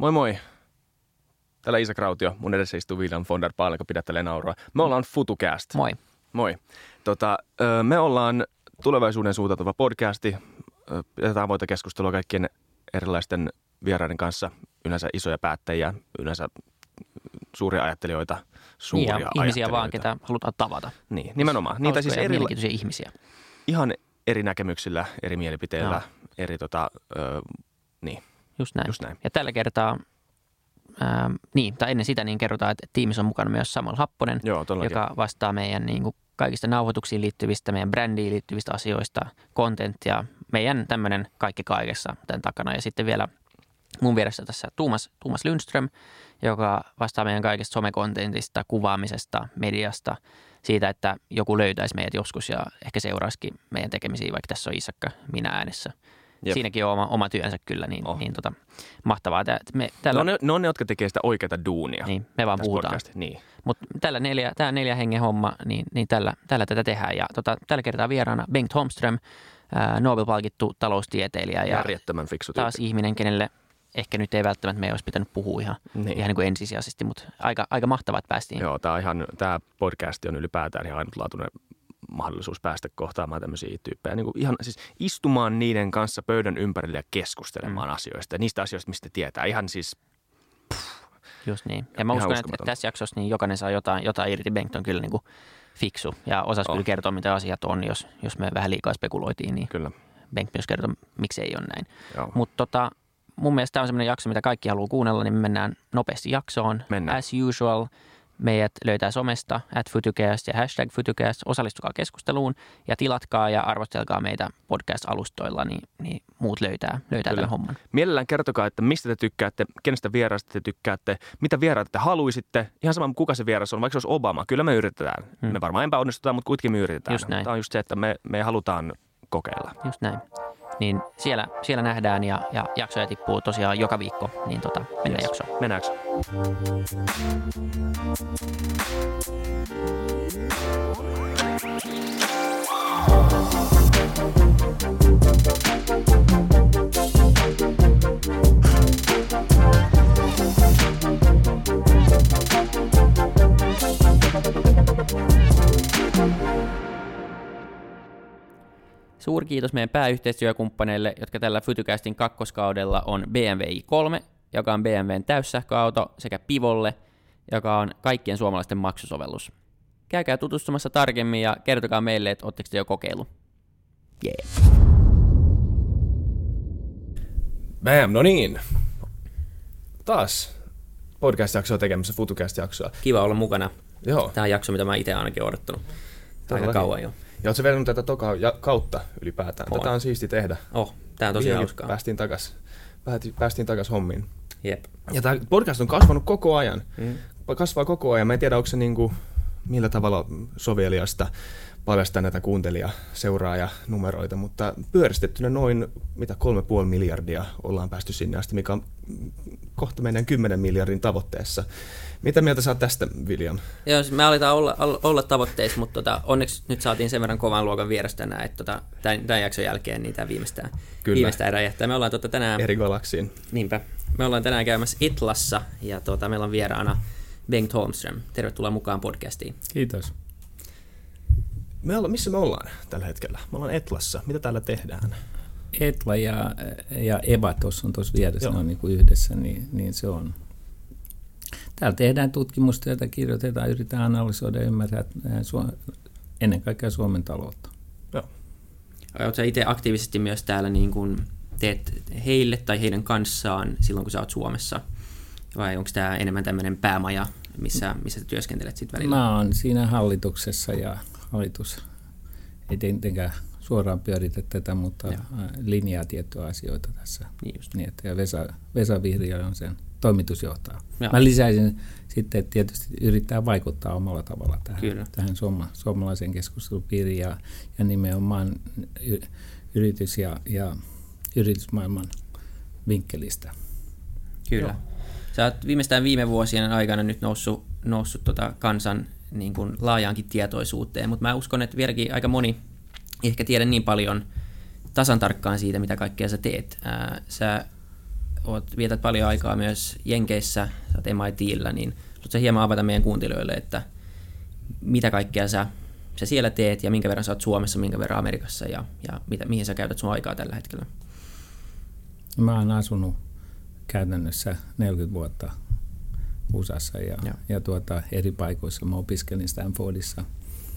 Moi moi. Täällä Isak Rautio. Mun edessä istuu William von der Paal, joka pidättelee nauraa. Me ollaan FutuCast. Moi. Moi. Me ollaan tulevaisuuden suuntautuva podcasti. Pidetään avointa keskustelua kaikkien erilaisten vieraiden kanssa. Yleensä isoja päättäjiä, yleensä suuria ajattelijoita, suuria ja ihmisiä vaan, ketä halutaan tavata. Niin, nimenomaan. Niitä siis mielenkiintoisia ihmisiä. Ihan eri näkemyksillä, eri mielipiteillä, eri niin. Just näin. Ja tällä kertaa, tai ennen sitä niin kerrotaan, että tiimissä on mukana myös Samuel Happonen, joka vastaa meidän niin kuin kaikista nauhoituksiin liittyvistä, meidän brändiin liittyvistä asioista, contenttia, meidän tämmöinen kaikki kaikessa tämän takana. Ja sitten vielä mun vieressä tässä Thomas Lundström, joka vastaa meidän kaikista somekontentista, kuvaamisesta, mediasta, siitä, että joku löytäisi meidät joskus ja ehkä seuraisikin meidän tekemisiä, vaikka tässä on Isakka, minä äänessä. Jep. Siinäkin on oma työnsä kyllä, niin mahtavaa. Ne on ne, jotka tekee sitä oikeaa duunia. Niin, me vaan puhutaan. Niin. Mutta tämä 4 hengen homma, niin tällä tätä tehdään. Ja tällä kertaa vieraana Bengt Holmström, Nobel-palkittu taloustieteilijä. Järjettömän fiksu tyyppi. Taas ihminen, kenelle ehkä nyt ei välttämättä me olisi pitänyt puhua ihan niin kuin ensisijaisesti, mutta aika mahtavaa, että päästiin. Joo, tämä podcast on ylipäätään ihan ainutlaatuinen mahdollisuus päästä kohtaamaan tämmöisiä tyyppejä. Niin kuin ihan siis istumaan niiden kanssa pöydän ympärille ja keskustelemaan asioista. Niistä asioista, mistä tietää. Ihan siis... Just niin. Ja mä uskon, että tässä jaksossa niin jokainen saa jotain irti. Bengt on kyllä niin kuin fiksu ja osasi kyllä kertoa, mitä asiat on. Jos me vähän liikaa spekuloitiin, niin kyllä. Bengt myös kertoo, miksi ei ole näin. Mutta mun mielestä tämä on semmoinen jakso, mitä kaikki haluaa kuunnella, niin me mennään nopeasti jaksoon. As usual. Meidät löytää somesta @FutuCast ja #FutuCast. Osallistukaa keskusteluun ja tilatkaa ja arvostelkaa meitä podcast-alustoilla, niin muut löytää tämän homman. Mielellään kertokaa, että mistä te tykkäätte, kenestä vieraasta te tykkäätte, mitä vieraita te haluaisitte. Ihan sama, kuka se vieras on, vaikka se olisi Obama. Kyllä me yritetään. Me varmaan epäonnistutaan, mutta kuitenkin me yritetään. Tämä on just se, että me halutaan kokeilla. Just näin. Niin siellä nähdään ja jaksoja tippuu tosiaan joka viikko, niin mennään jaksoon. Mennäänkö? Suurkiitos meidän pääyhteistyökumppaneille, jotka tällä FutuCastin kakkoskaudella on BMW i3, joka on BMWn täyssähköauto, sekä Pivolle, joka on kaikkien suomalaisten maksusovellus. Käykää tutustumassa tarkemmin ja kertokaa meille, että ootteko te jo kokeillut. Yeah. Bam, no niin. Taas podcast-jaksoa tekemässä, FutuCast-jaksoa. Kiva olla mukana. Joo. Tämä on jakso, mitä mä itse ainakin olen odottanut aika kauan jo. Ja ootko sä vedänyt tätä kautta ylipäätään? Tätä on siisti tehdä. Tää on tosi hauskaa. Päästiin takas hommiin. Jep. Ja tämä podcast on kasvanut koko ajan. Kasvaa koko ajan. Mä en tiedä, onko se millä tavalla soveliasta paljastaa näitä seuraajanumeroita, mutta pyöristettynä noin 3,5 miljardia ollaan päästy sinne asti, mikä on kohta meidän 10 miljardin tavoitteessa. Mitä mieltä sä oot tästä, William? Joo, me aletaan olla tavoitteissa, mutta onneksi nyt saatiin sen verran kovan luokan vieras tänään, että tämän jakson jälkeen niin tämä viimeistään räjähtää. Me ollaan tänään... Eri galaksiin. Niinpä. Me ollaan tänään käymässä Etlassa ja meillä on vieraana Bengt Holmström. Tervetuloa mukaan podcastiin. Kiitos. Missä me ollaan tällä hetkellä? Me ollaan Etlassa. Mitä täällä tehdään? Etla ja EVA tuossa on tuossa vieressä, ne on niin kuin yhdessä, niin se on. Täällä tehdään tutkimustyötä, kirjoitetaan, yritetään analysoida ja ymmärtää ennen kaikkea Suomen taloutta. Joo. Oletko itse aktiivisesti myös täällä niin kuin teet heille tai heidän kanssaan silloin, kun sä oot Suomessa? Vai onko tämä enemmän tämmöinen päämaja, missä sä työskentelet sitten välillä? Mä oon siinä hallituksessa ja hallitus ei tietenkään suoraan pyöritä tätä, mutta linjaa tiettyjä asioita tässä. Niin, ja Vesa Vihriö on sen toimitusjohtaja. Mä lisäisin sitten, että tietysti yrittää vaikuttaa omalla tavalla tähän suomalaiseen keskustelupiiriin ja nimenomaan yritys- ja yritysmaailman vinkkelistä. Kyllä. Joo. Sä oot viimeistään viime vuosien aikana nyt noussut kansan niin kuin laajaankin tietoisuuteen, mutta mä uskon, että vieläkin aika moni ei ehkä tiedä niin paljon tasan tarkkaan siitä, mitä kaikkea sä teet. Sä vietät paljon aikaa myös Jenkeissä, sä oot MIT:llä, niin haluatko sä hieman avata meidän kuuntelijoille, että mitä kaikkea sä siellä teet ja minkä verran sä oot Suomessa, minkä verran Amerikassa ja mihin sä käytät sun aikaa tällä hetkellä? Mä oon asunut käytännössä 40 vuotta USAssa ja eri paikoissa. Mä opiskelin Stanfordissa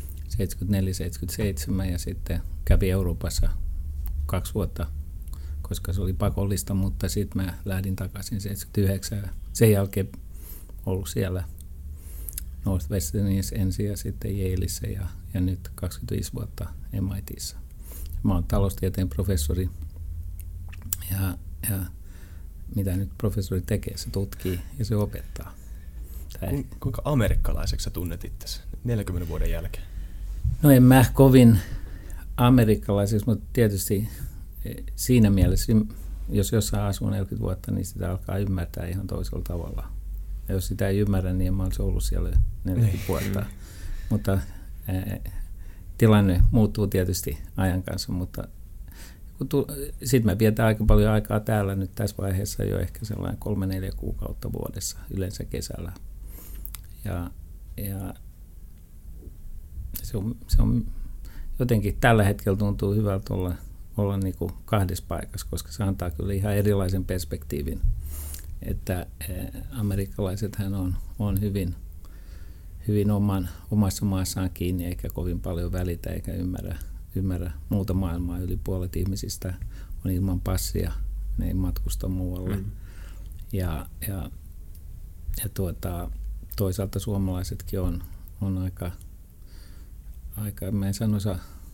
74-77 ja sitten kävin Euroopassa 2 vuotta, koska se oli pakollista, mutta sitten mä lähdin takaisin 79. Sen jälkeen ollut siellä Northwesternissa ensin ja sitten Yaleissa ja nyt 25 vuotta MIT:ssä. Mä oon taloustieteen professori ja mitä nyt professori tekee, se tutkii ja se opettaa. Kuinka amerikkalaiseksi sä tunnet itsesi 40 vuoden jälkeen? No en mä kovin amerikkalaiseksi, mutta tietysti siinä mielessä, jos jossain asuu 40 vuotta, niin sitä alkaa ymmärtää ihan toisella tavalla. Ja jos sitä ei ymmärrä, niin en mä olisi ollut siellä 40 vuotta. Mutta tilanne muuttuu tietysti ajan kanssa, mutta sitten mä vietän aika paljon aikaa täällä nyt tässä vaiheessa jo ehkä sellainen 3-4 kuukautta vuodessa, yleensä kesällä. Ja se on jotenkin tällä hetkellä tuntuu hyvältä olla niin kuin 2 paikassa, koska se antaa kyllä ihan erilaisen perspektiivin. Että amerikkalaisethan on hyvin omassa maassaan kiinni eikä kovin paljon välitä eikä ymmärrä muuta maailmaa. Yli puolet ihmisistä on ilman passia, ne ei matkusta muualle. Ja toisaalta suomalaisetkin on aika, mä en sanoisi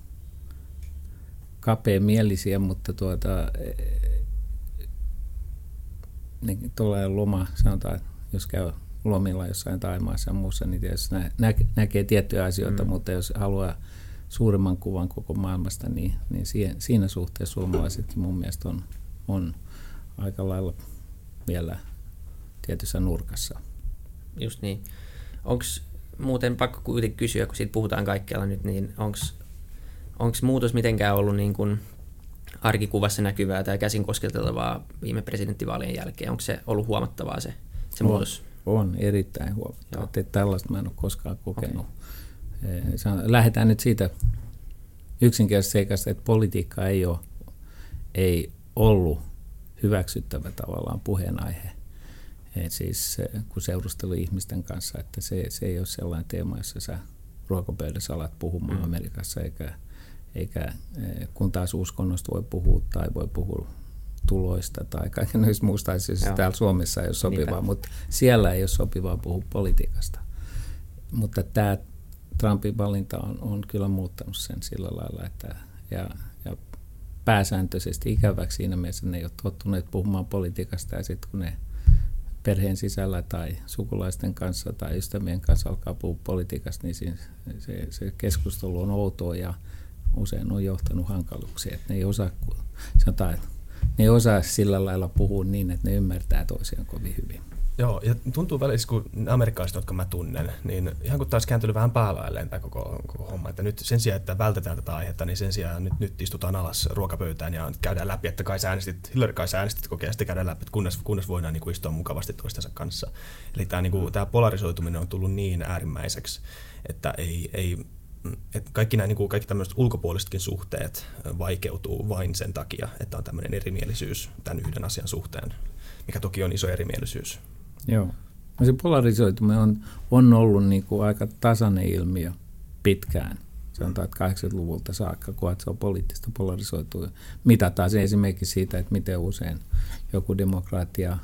kapeamielisiä, mutta tuollainen loma, sanotaan, että jos käy lomilla jossain Thaimaassa ja muussa, niin tietysti näkee tiettyjä asioita, mutta jos haluaa suuremman kuvan koko maailmasta, niin siinä suhteessa suomalaisetkin mun mielestä on aika lailla vielä tietyssä nurkassa. Just niin. Onko muuten pakko kuitenkin kysyä, kun siitä puhutaan kaikkialla nyt, niin onko muutos mitenkään ollut niin kuin arkikuvassa näkyvää tai käsin kosketeltavaa viime presidenttivaalien jälkeen? Onko se ollut huomattavaa se muutos? On erittäin huomattavaa. Tällaista mä en ole koskaan kokenut. Okay. Lähdetään nyt siitä yksinkertaisesti seikasta, että politiikka ei ollut hyväksyttävä tavallaan puheenaihe. Siis kun seurustelu ihmisten kanssa, että se ei ole sellainen teema, jossa sä ruokapöydässä alat puhumaan Amerikassa, eikä kun taas uskonnosta voi puhua tai voi puhua tuloista tai kaikenlaista muusta asioista. Täällä Suomessa ei ole sopivaa, mutta siellä ei ole sopivaa puhua politiikasta. Mutta tämä Trumpin valinta on kyllä muuttanut sen sillä lailla, että ja pääsääntöisesti ikäväksi siinä mielessä ne ei ole tottuneet puhumaan politiikasta ja sitten kun ne perheen sisällä tai sukulaisten kanssa tai ystävien kanssa alkaa puhua politiikasta, niin se keskustelu on outoa ja usein on johtanut hankaluuksiin. Että ne ei osaa sillä lailla puhua niin, että ne ymmärtää toisiaan kovin hyvin. Joo, ja tuntuu välissä, kun amerikkalaiset, jotka mä tunnen, niin ihan kun taas kääntynyt vähän päälailleen tämä koko homma, että nyt sen sijaan, että vältetään tätä aihetta, niin sen sijaan nyt istutaan alas ruokapöytään ja käydään läpi, että Hillary kai sä äänestit kokea, ja sitten käydään läpi, että kunnes voidaan niin kuin istua mukavasti toistensa kanssa. Eli tämä polarisoituminen on tullut niin äärimmäiseksi, että että kaikki tämmöiset ulkopuolisetkin suhteet vaikeutuu vain sen takia, että on tämmöinen erimielisyys tämän yhden asian suhteen, mikä toki on iso erimielisyys. Joo. No se polarisoituminen on ollut niin kuin aika tasainen ilmiö pitkään. Sanotaan, että 80-luvulta saakka, kun se on poliittista polarisoitua. Mitataan se esimerkiksi siitä, että miten usein joku demokraatti ja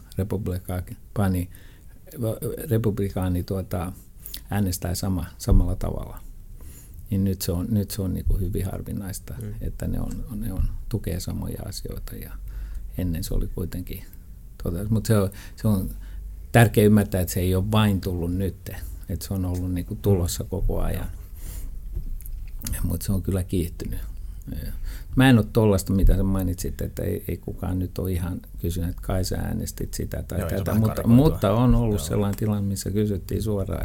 republikaani äänestää samalla tavalla. Niin nyt se on niin kuin hyvin harvinaista, että ne tukee samoja asioita ja ennen se oli kuitenkin mutta se on tärkeää ymmärtää, että se ei ole vain tullut nyt, että se on ollut niin kuin tulossa koko ajan, mutta se on kyllä kiihtynyt. Mä en ole tuollaista, mitä sä mainitsit, että ei kukaan nyt ole ihan kysynyt, että kai sä äänestit sitä tai tätä, mutta on ollut sellainen tilanne, missä kysyttiin suoraan,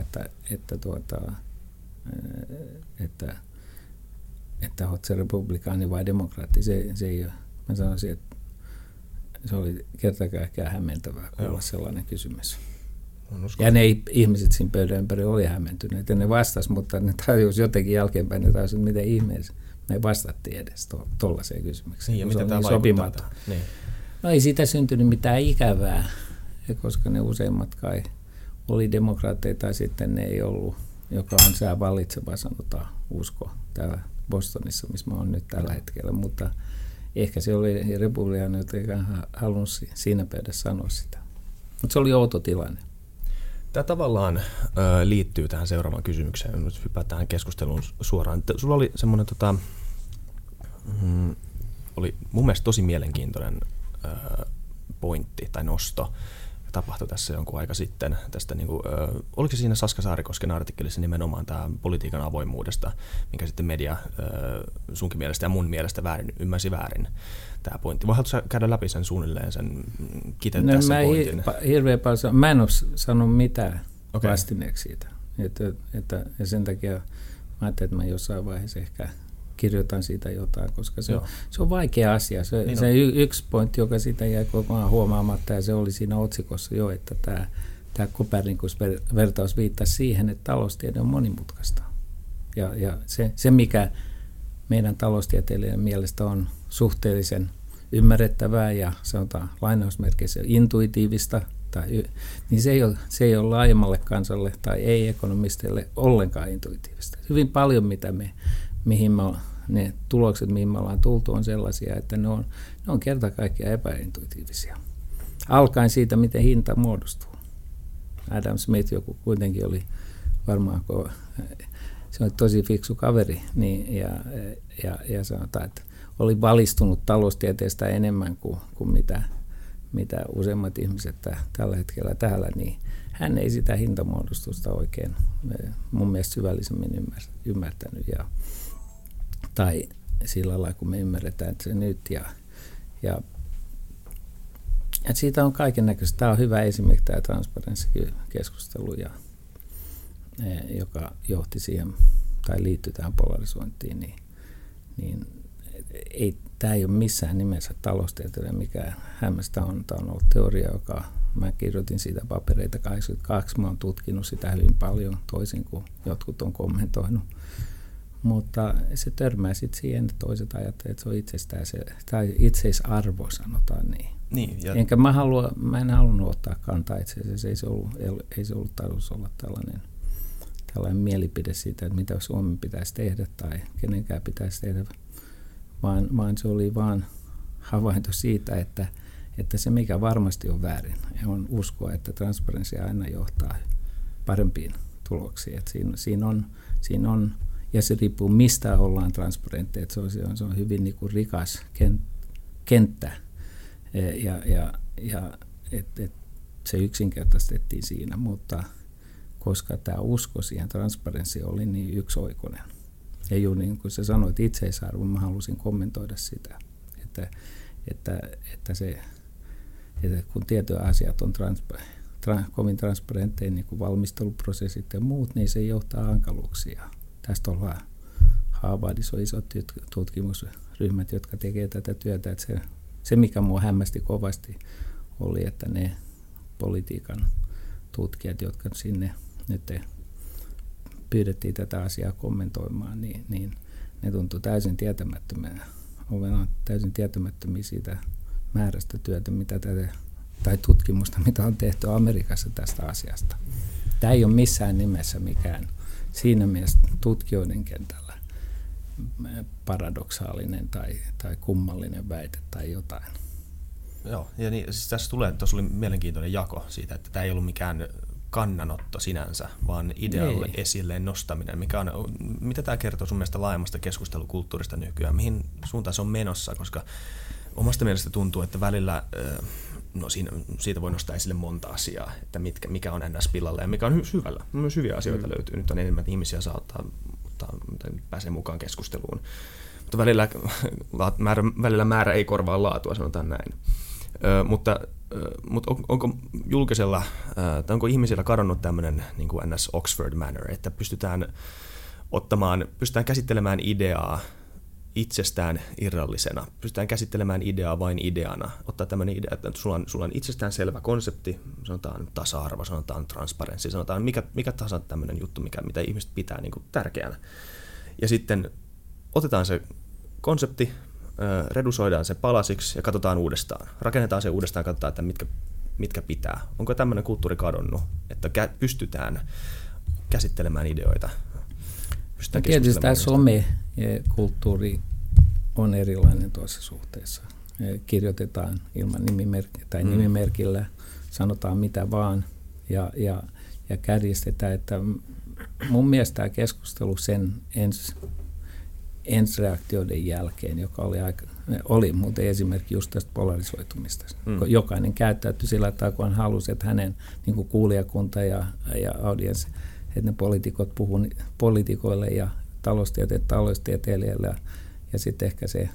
että olet se republikaani vai demokraatti. Se ei ole. Mä sanoisin, se oli kerta kaikkiaan hämmentävää kuulla sellainen kysymys. Ja ne ihmiset siinä pöydän ympäri oli hämmentyneet ja ne vastasi, mutta ne tajusi jotenkin jälkeenpäin, ne tajusi, että miten ihmeessä me vastattiin edes tuollaiseen kysymykseen. Niin, ja miten tämä vaikuttaa? Niin. No ei siitä syntynyt mitään ikävää, koska ne useimmat kai oli demokraatteja tai sitten ne ei ollut, joka on sää vallitseva, sanotaan, usko täällä Bostonissa, missä mä oon nyt tällä hetkellä, mutta ehkä se oli republikaani, jotka ei halunnut siinä pöydässä sanoa sitä. Mutta se oli outo tilanne. Tämä tavallaan liittyy tähän seuraavaan kysymykseen. Nyt hypätään keskusteluun suoraan. Sulla oli semmoinen, oli mun mielestä tosi mielenkiintoinen pointti tai nosto. Tapahtui tässä jonkun aika sitten. Tästä, oliko se siinä Saska Saarikosken artikkelissa nimenomaan tämä politiikan avoimuudesta, minkä sitten media sunkin mielestä ja mun mielestä ymmärsi väärin tämä pointti. Voihatko sä käydä läpi sen suunnilleen, sen kiteyttää sen pointin? Hirveän paljon. Mä en ole sanonut mitään vastineeksi siitä. Ja sen takia mä ajattelin, että mä jossain vaiheessa ehkä kirjoitan siitä jotain, koska se on vaikea asia. Se yksi pointti, joka sitä jäi koko ajan huomaamatta, ja se oli siinä otsikossa jo, että tämä Copernicus-vertaus viittasi siihen, että taloustiede on monimutkaista. Ja se, mikä meidän taloustieteilijöiden mielestä on suhteellisen ymmärrettävää ja sanotaan lainausmerkeissä intuitiivista, niin se ei ole laajemmalle kansalle tai ei-ekonomisteille ollenkaan intuitiivista. Hyvin paljon, ne tulokset, mihin me ollaan tultu, on sellaisia, että ne on kerta kaikkiaan epäintuitiivisia. Alkaen siitä, miten hinta muodostuu. Adam Smith joku kuitenkin oli varmaan, se oli tosi fiksu kaveri, niin, ja sanotaan, että oli valistunut taloustieteestä enemmän kuin mitä useimmat ihmiset tällä hetkellä täällä, niin hän ei sitä hintamuodostusta oikein mun mielestä syvällisemmin ymmärtänyt. Tai sillä lailla, kun me ymmärretään se nyt. Ja siitä on kaiken näköistä. Tämä on hyvä esimerkki, tämä transparenssikeskustelu, joka johti siihen, tai liittyy tähän polarisointiin, niin tämä ei ole missään nimessä taloustieteellinen, mikä hämmästä on. Tämä on ollut teoria, joka mä kirjoitin siitä papereita 82. Mä oon tutkinut sitä hyvin paljon, toisin kuin jotkut on kommentoinut. Mutta se törmää sitten siihen, että toiset ajattelevat, että se on itsestään tai itseisarvo, sanotaan niin. Enkä mä en halunnut ottaa kantaa itse asiassa. Ei se ollut tarkoitus olla tällainen mielipide siitä, että mitä Suomen pitäisi tehdä tai kenenkään pitäisi tehdä, vaan se oli vaan havainto siitä, että se mikä varmasti on väärin on uskoa, että transparenssi aina johtaa parempiin tuloksiin. Että siinä on ja se riippuu mistä ollaan transparentteja, se on hyvin niin kuin rikas kenttä ja se yksinkertaistettiin siinä, mutta koska tämä usko siihen transparenssiin oli niin yksioikoinen. Ja juuri niin kuin sä sanoit itseisarvo, mä halusin kommentoida sitä, että kun tietyt asiat on kovin transparentteja, niin kuin valmisteluprosessit ja muut, niin se johtaa hankaluuksia. Tästä ollaan Harvardissa on isot tutkimusryhmät, jotka tekevät tätä työtä. Että se, mikä mua hämmästi kovasti, oli, että ne politiikan tutkijat, jotka sinne nyt pyydettiin tätä asiaa kommentoimaan, niin ne tuntui täysin tietämättömiä siitä määrästä työtä, tai tutkimusta, mitä on tehty Amerikassa tästä asiasta. Tämä ei ole missään nimessä mikään siinä mielessä tutkijoiden kentällä paradoksaalinen tai kummallinen väite tai jotain. Joo, ja niin, siis tuossa oli mielenkiintoinen jako siitä, että tämä ei ollut mikään kannanotto sinänsä, vaan idealle esilleen nostaminen. Mitä tämä kertoo sun mielestä laajemmasta keskustelukulttuurista nykyään? Mihin suuntaan se on menossa? Koska omasta mielestä tuntuu, että välillä siitä voi nostaa esille monta asiaa, että mikä on NS-pilalla ja mikä on hyvällä. Myös hyviä asioita löytyy. Nyt on enemmän ihmisiä saa pääsee mukaan keskusteluun. Mutta välillä määrä ei korvaa laatua, sanotaan näin. Mutta onko julkisella, tai onko ihmisillä kadonnut tämmöinen niin kuin NS Oxford manner, että pystytään käsittelemään ideaa itsestään irrallisena. Pystytään käsittelemään ideaa vain ideana. Ottaa tämmöinen idea, että sulla on itsestään selvä konsepti, sanotaan tasa-arvo, sanotaan transparenssi, sanotaan mikä tahansa tämmöinen juttu, mitä ihmiset pitää niin kuin tärkeänä. Ja sitten otetaan se konsepti, redusoidaan se palasiksi ja katsotaan uudestaan. Rakennetaan se uudestaan ja katsotaan, että mitkä pitää. Onko tämmöinen kulttuuri kadonnut, että pystytään käsittelemään ideoita? Tietysti tämä some-kulttuuri on erilainen tuossa suhteessa. Kirjoitetaan ilman nimimerkillä, sanotaan mitä vaan ja kärjistetään. Että mun mielestä tämä keskustelu sen ensireaktioiden jälkeen, joka oli muuten esimerkki just tästä polarisoitumista. Jokainen käyttäytyi sillä tavalla, kun hän halusi, että hänen niin kuin kuulijakunta ja audienssi, että ne poliitikot puhuu poliitikoille ja taloustieteilijöille ja sitten ehkä se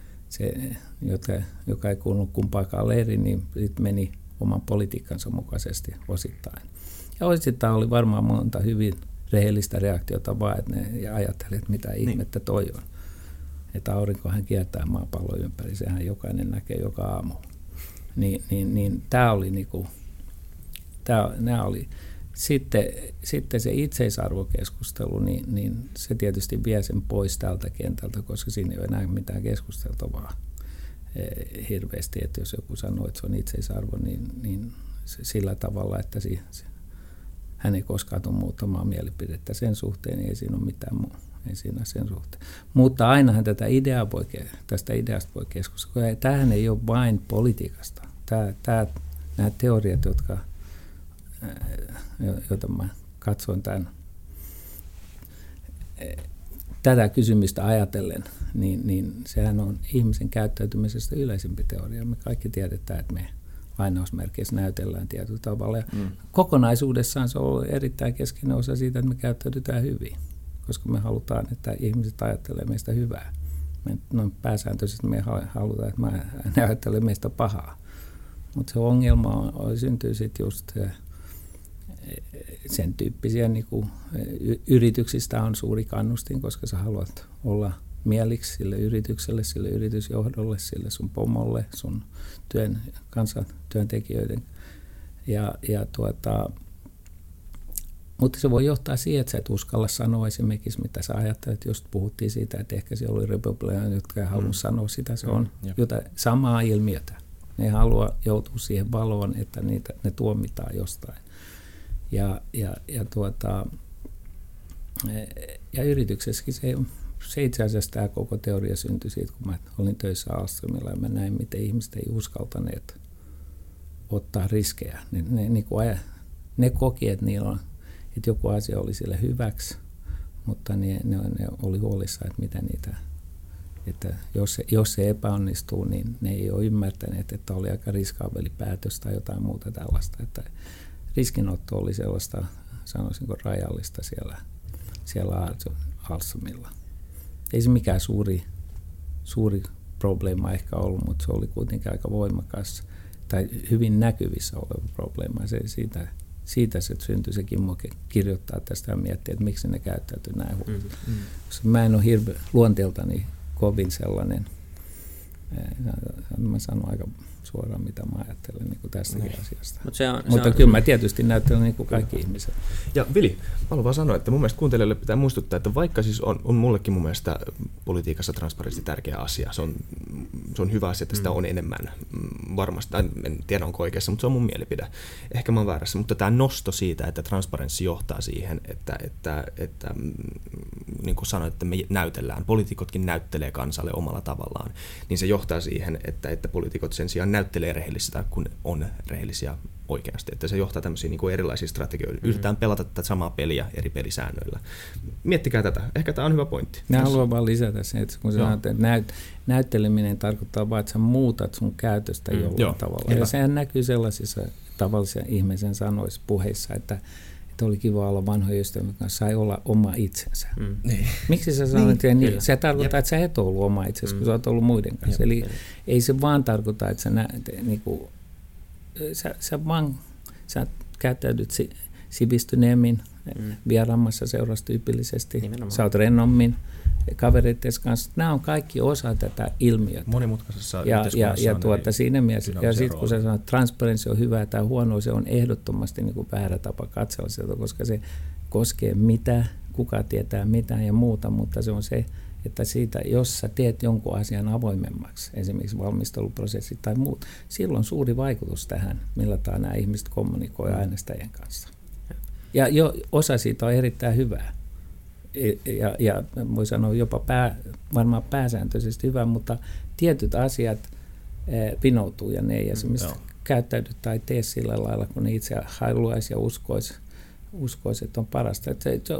joka ei kuulunut kumpaakaan leiriin, niin sitten meni oman politiikkansa mukaisesti osittain. Ja osittain oli varmaan monta hyvin rehellistä reaktiota vaan, että ne ajatteli, että mitä ihmettä toi on. Että aurinkohan kiertää maapallon ympäri, sehän jokainen näkee joka aamu. Niin tämä oli niinku, nämä oli. Sitten se itseisarvokeskustelu, niin se tietysti vie sen pois tältä kentältä, koska siinä ei ole enää mitään keskusteltavaa hirveästi. Että jos joku sanoo, että se on itseisarvo, niin sillä tavalla, että hän ei koskaan tule muuttamaan mielipidettä sen suhteen, niin ei siinä ole mitään muuta. Ei siinä sen suhteen. Mutta ainahan tästä ideasta voi keskustella. Tämähän ei ole vain politiikasta. Nämä teoriat, joita mä katsoin tätä kysymystä ajatellen, niin sehän on ihmisen käyttäytymisestä yleisempi teoria. Me kaikki tiedetään, että me lainausmerkeissä näytellään tietyllä tavalla. Ja kokonaisuudessaan se on erittäin keskeinen osa siitä, että me käyttäydytään hyvin, koska me halutaan, että ihmiset ajattelee meistä hyvää. Pääsääntöisesti me halutaan, että ne ajattelee meistä pahaa. Mutta se ongelma syntyy sitten just sen tyyppisiä niin kuin yrityksistä on suuri kannustin, koska sä haluat olla mieliksi sille yritykselle, sille yritysjohdolle, sille sun pomolle, sun työntekijöiden. Mutta se voi johtaa siihen, että sä et uskalla sanoa esimerkiksi, mitä sä ajattelet. Just puhuttiin siitä, että ehkä siellä oli republikaanit, jotka ei halua sanoa sitä. Se on jotain samaa ilmiötä. Ne ei halua joutua siihen valoon, että ne tuomitaan jostain. Ja yrityksessäkin se itse asiassa tämä koko teoria syntyi siitä, kun mä olin töissä Alströmillä ja mä näin, miten ihmiset ei uskaltaneet ottaa riskejä. Ne koki, että niillä on, että joku asia oli sille hyväksi, mutta ne oli huolissaan, että mitä niitä, että jos se epäonnistuu, niin ne ei ole ymmärtäneet, että oli aika riskaabeli päätös tai jotain muuta tällaista. Että riskinotto oli sellaista, sanoisinko, rajallista siellä Alströmillä. Ei se mikään suuri probleema ehkä ollut, mutta se oli kuitenkin aika voimakas tai hyvin näkyvissä oleva probleema. Siitä se syntyi se Kimmo kirjoittaa tästä ja miettiä, että miksi ne käyttäytyy näin huonosti. Mä en ole luonteeltani kovin sellainen, mä sanon aika suoraan, mitä mä ajattelen niin kuin tästäkin asiasta. Mutta kyllä mä tietysti näyttelen niin kuin kaikki ihmiset. Ja Vili, mä haluan vaan sanoa, että mun mielestä kuuntelijoille pitää muistuttaa, että vaikka siis on mullekin mun mielestä politiikassa transparenssi tärkeä asia, se on hyvä asia, että sitä on enemmän varmasti, en tiedä onko oikeassa, mutta se on mun mielipide. Ehkä mä oon väärässä, mutta tämä nosto siitä, että transparenssi johtaa siihen, että niin kuin sanoit, että me näytellään, poliitikotkin näyttelee kansalle omalla tavallaan, niin se johtaa siihen, että poliitikot sen sijaan näyttelee rehellistä, kun on rehellisiä oikeasti. Että se johtaa tämmöisiin niin kuin erilaisiin strategioihin. Yritetään pelata tätä samaa peliä eri pelisäännöillä. Miettikää tätä. Ehkä tämä on hyvä pointti. Mä haluan vaan lisätä sen, että kun sanot, että näytteleminen tarkoittaa vain, että sä muutat sun käytöstä jollain tavalla. Ja sehän näkyy sellaisissa tavallisia ihmisen sanoissa, puheissa, että oli kiva olla vanhojen ystävien kanssa, sai olla oma itsensä. Miksi sä sanoit niin? Se tarkoittaa, että sä et ollut oma itsensä, kun sä oot ollut muiden kanssa. Eli ei se vaan tarkoita, että sä käyttäydyt sivistyneemmin, vieraammassa seurassa tyypillisesti. Nimenomaan. Sä oot rennommin kavereiden kanssa. Nämä on kaikki osa tätä ilmiötä. Monimutkaisessa ja siinä mielessä, ja sitten kun sä sanot, että transparenssi on hyvä tai huono, se on ehdottomasti niin kuin väärä tapa katsella sitä, koska se koskee mitä, kuka tietää mitään ja muuta, mutta se on se, että siitä, jos sä teet jonkun asian avoimemmaksi, esimerkiksi valmisteluprosessit tai muut, silloin on suuri vaikutus tähän, millä tavalla nämä ihmiset kommunikoi äänestäjien kanssa. Ja osa siitä on erittäin hyvää. Ja voi sanoa jopa varmaan pääsääntöisesti hyvä, mutta tietyt asiat vinoutuu ja ne ei esimerkiksi käyttäydy tai tee sillä lailla, kun ne itse haluaisi ja uskoisi, että on parasta.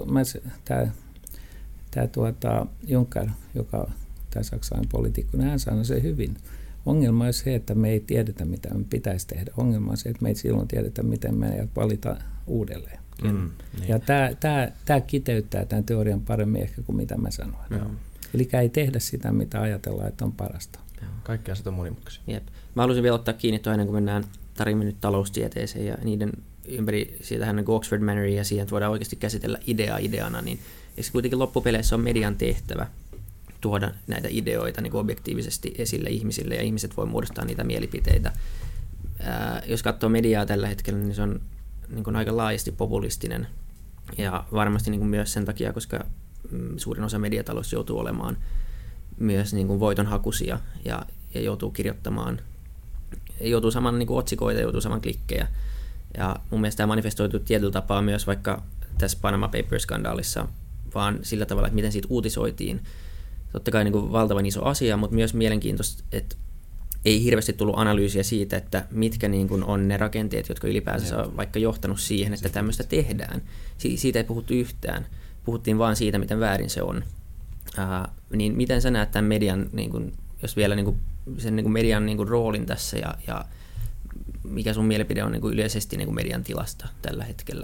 Tämä Juncker, joka tämä saksalainen poliitikko, hän sanoi se hyvin. Ongelma on se, että me ei tiedetä, mitä me pitäisi tehdä. Ongelma on se, että me ei silloin tiedetä, miten me valita uudelleen. Niin. Ja tämä kiteyttää tämän teorian paremmin ehkä kuin mitä mä sanoin. Eli ei tehdä sitä, mitä ajatellaan, että on parasta. Kaikki asiat on monimutkaisia. Jep. Mä haluaisin vielä ottaa kiinni ennen kuin mennään tarkemmin nyt taloustieteeseen ja niiden ympäri siitähän niin kuin Oxford Manoria ja siihen voidaan oikeasti käsitellä ideana, niin eikö kuitenkin loppupeleissä on median tehtävä tuoda näitä ideoita niin kuin objektiivisesti esille ihmisille ja ihmiset voi muodostaa niitä mielipiteitä. Jos katsoo mediaa tällä hetkellä, niin se on niin kuin aika laajasti populistinen ja varmasti niin kuin myös sen takia, koska suurin osa mediataloista joutuu olemaan myös niin kuin voitonhakuisia ja joutuu kirjoittamaan, joutuu saman niin kuin otsikoita, joutuu saman klikkejä. Ja mun mielestä tämä manifestoitu tietyllä tapaa myös vaikka tässä Panama Papers-skandaalissa, vaan sillä tavalla, että miten siitä uutisoitiin. Totta kai niin kuin valtavan iso asia, mutta myös mielenkiintoista, että ei hirveästi tullut analyysiä siitä, että mitkä niin kuin on ne rakenteet, jotka ylipäänsä on vaikka johtanut siihen, että tämmöistä tehdään. Siitä ei puhuttu yhtään. Puhuttiin vaan siitä, miten väärin se on. Niin miten sä näet tämän median, niin kuin, jos vielä niin kuin, sen niin kuin median niin kuin roolin tässä ja mikä sun mielipide on niin kuin yleisesti niin kuin median tilasta tällä hetkellä?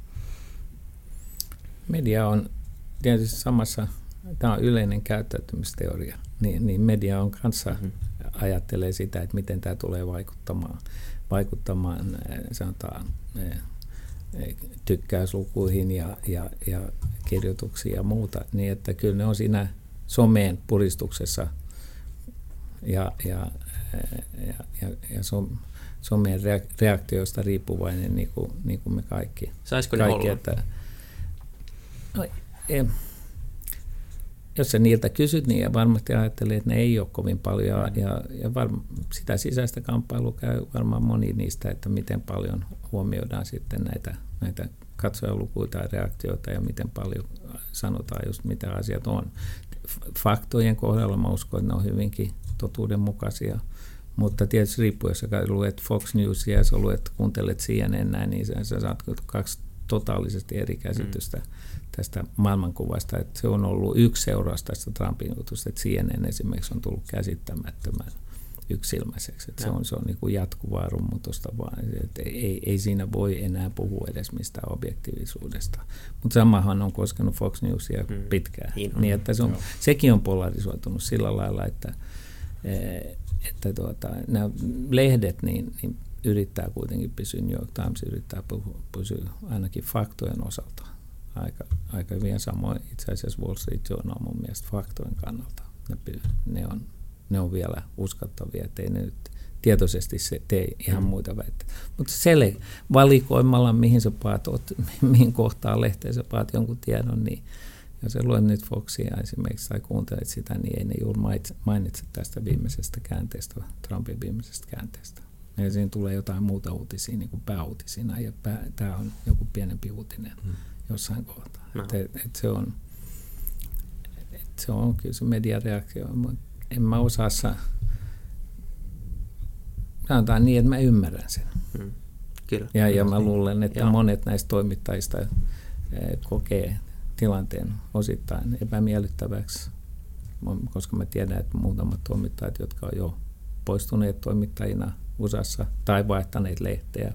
Media on tietysti samassa, tämä on yleinen käyttäytymisteoria, niin media on kanssa ajattelee sitä, että miten tämä tulee vaikuttamaan sanotaan, tykkäyslukuihin ja kirjoituksiin ja muuta, niin että kyllä ne on siinä someen puristuksessa ja someen reaktioista riippuvainen, niin kuin me kaikki. Saisiko ne olla? Että, jos sä niiltä kysyt, niin varmasti ajattelee, että ne ei ole kovin paljon. Ja sitä sisäistä kamppailua käy varmaan moni niistä, että miten paljon huomioidaan sitten näitä katsojalukuita ja reaktioita ja miten paljon sanotaan just mitä asiat on. Faktojen kohdalla mä uskon, että ne on hyvinkin totuudenmukaisia. Mutta tietysti riippuu, jos sä luet Fox Newsia ja sä kuuntelet CNN näin, niin sä saat kaksi totaalisesti eri käsitystä tästä maailmankuvasta. Että se on ollut yksi seuraus tästä Trumpin jutusta, että CNN esimerkiksi on tullut käsittämättömän yksilmäiseksi. Että se on niin kuin jatkuvaa rummutusta vaan. Että ei siinä voi enää puhua edes mistään objektiivisuudesta. Mutta samahan on koskenut Fox Newsia pitkään. Niin, että sekin on polarisoitunut sillä lailla, että nämä lehdet niin yrittää kuitenkin pysyä, New York Times yrittää pysyä ainakin faktojen osalta aika hyvin. Samoin itse asiassa Wall Street Journal mun mielestä faktojen kannalta. Ne on vielä uskottavia, ettei ne nyt tietoisesti se tee ihan muita väitteitä. Mutta valikoimalla, mihin kohtaan lehteen sä paat jonkun tiedon, niin jos sä luet nyt Foxia esimerkiksi tai kuuntelet sitä, niin ei ne juuri mainitse tästä viimeisestä käänteestä, Trumpin viimeisestä käänteestä. Ja siinä tulee jotain muuta uutisia niin kuin pääuutisina, ja tämä on joku pienempi uutinen jossain kohtaa. No. Se on kyllä se median reaktio, mutta en mä osaa sanotaan niin, että mä ymmärrän sen. Kyllä. Ja mä luulen, että monet näistä toimittajista kokee tilanteen osittain epämiellyttäväksi, koska mä tiedän, että muutamat toimittajat, jotka on jo poistuneet toimittajina USAssa tai vaihtaneet lehteä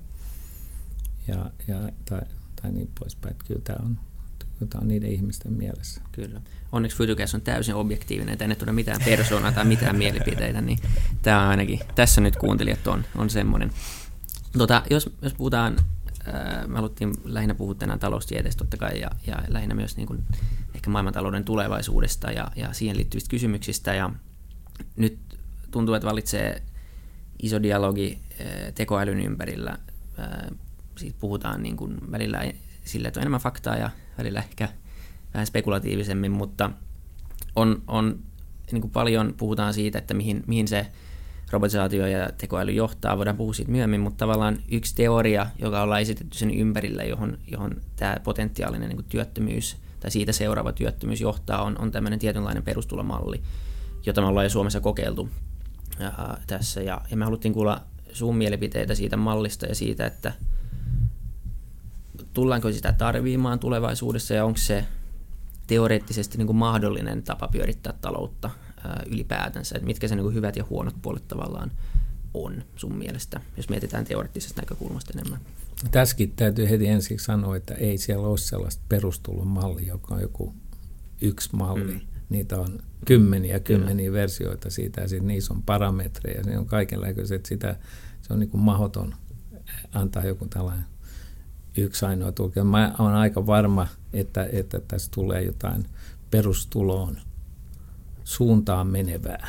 tai niin poispäin. Kyllä tämä on niiden ihmisten mielessä. Kyllä. Onneksi Futucast on täysin objektiivinen, että ei tule mitään persoonaa tai mitään mielipiteitä, niin tämä on ainakin, tässä nyt kuuntelijat on semmoinen. Jos puhutaan me haluttiin lähinnä puhua tänään taloustieteestä totta kai ja lähinnä myös niin kuin ehkä maailmantalouden tulevaisuudesta ja siihen liittyvistä kysymyksistä. Ja nyt tuntuu, että vallitsee iso dialogi tekoälyn ympärillä. Siitä puhutaan niin kuin välillä sillä, että on enemmän faktaa ja välillä ehkä vähän spekulatiivisemmin, mutta on niin kuin paljon puhutaan siitä, että mihin se robotisaatio ja tekoäly johtaa. Voidaan puhua siitä myöhemmin, mutta tavallaan yksi teoria, joka ollaan esitetty sen ympärillä, johon tämä potentiaalinen niin kuin työttömyys tai siitä seuraava työttömyys johtaa, on tämmöinen tietynlainen perustulomalli, jota me ollaan jo Suomessa kokeiltu tässä. Ja me haluttiin kuulla sun mielipiteitä siitä mallista ja siitä, että tullaanko sitä tarviimaan tulevaisuudessa ja onko se teoreettisesti niin kuin mahdollinen tapa pyörittää taloutta ylipäätänsä, että mitkä se niin kuin hyvät ja huonot puolet tavallaan on sun mielestä, jos mietitään teoreettisesta näkökulmasta enemmän. Tässäkin täytyy heti ensiksi sanoa, että ei siellä ole sellaista perustulon mallia, joka on joku yksi malli. Niitä on kymmeniä versioita siitä ja niissä on parametreja, ne on kaikenlaisia, se on niin kuin mahdoton antaa joku tällainen yksi ainoa tulkinta. Mä olen aika varma, että tässä tulee jotain perustuloon suuntaan menevää,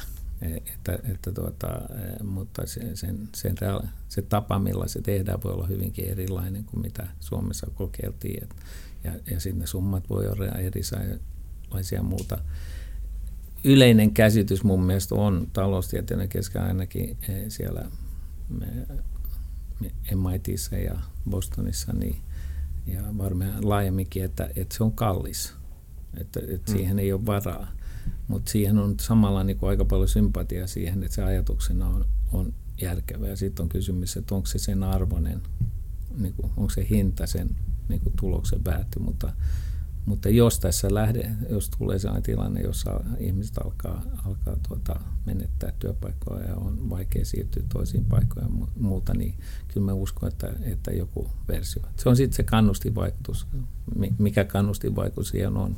mutta se tapa, millä se tehdään, voi olla hyvinkin erilainen kuin mitä Suomessa kokeiltiin, ja sitten ne summat voi olla erilaisia muuta. Yleinen käsitys mun mielestä on taloustieteiden kesken ainakin siellä MIT:ssä ja Bostonissa niin, ja varmaan laajemminkin, että se on kallis, että siihen ei ole varaa. Mutta siihen on samalla niin kuin aika paljon sympatiaa siihen, että se ajatuksena on järkevä. Ja sitten on kysymys, että onko se sen arvoinen, niin kuin, onko se hinta sen niin kuin tuloksen väärti. Mutta jos tässä jos tulee sellainen tilanne, jossa ihmiset alkaa menettää työpaikkoja ja on vaikea siirtyä toisiin paikkoihin ja muuta, niin kyllä mä uskon, että joku versio. Se on sitten se kannustinvaikutus, mikä kannustinvaikutus siihen on.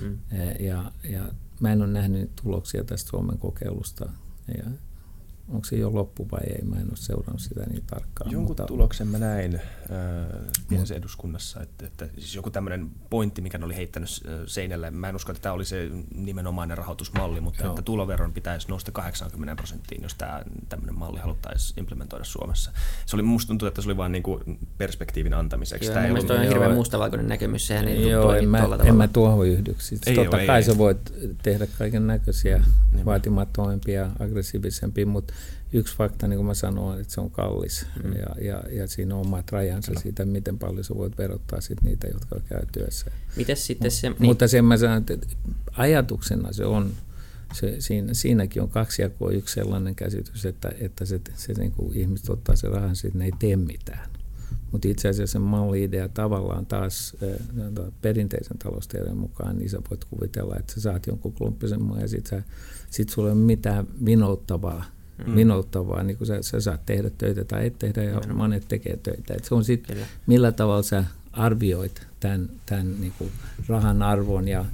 Ja mä en ole nähnyt tuloksia tästä Suomen kokeilusta. Ja onko se jo loppu vai ei? Mä en ole seurannut sitä niin tarkkaan. Jonkun tuloksen mä näin pienessä eduskunnassa, että siis joku tämmöinen pointti, mikä ne oli heittänyt seinälle. Mä en usko, että tämä oli se nimenomainen rahoitusmalli, mutta että tuloveron pitäisi nousta 80%, jos tämmöinen malli haluttaisiin implementoida Suomessa. Se oli, musta tuntuu, että se oli vain niinku perspektiivin antamiseksi. Joo, mielestäni on hirveän mustavalkoinen näkemys. Sehän ei en mä tuohon yhdyksi. Totta kai sä voit tehdä kaiken näköisiä vaatimattomimpia, aggressiivisempia, mutta yksi fakta, niin kuin mä sanoin, että se on kallis ja siinä on omat rajansa siitä, miten paljon sä voit verottaa sit niitä, jotka käy työssä. Mites sitten Mutta sen mä sanon, että ajatuksena se on, siinäkin on kaksi jakoa. Yksi sellainen käsitys, että se niin kuin ihmiset ottaa sen rahan, sitten ne ei tee mitään. Mutta itse asiassa se malli-idea tavallaan taas perinteisen taloustiedon mukaan, niin sä voit kuvitella, että sä saat jonkun klumppisen muun ja sit sulla ei ole mitään vinouttavaa, niin kun sä saat tehdä töitä tai et tehdä ja monet tekee töitä. Et se on sitten, millä tavalla sä arvioit tämän niin kuin rahan arvon ja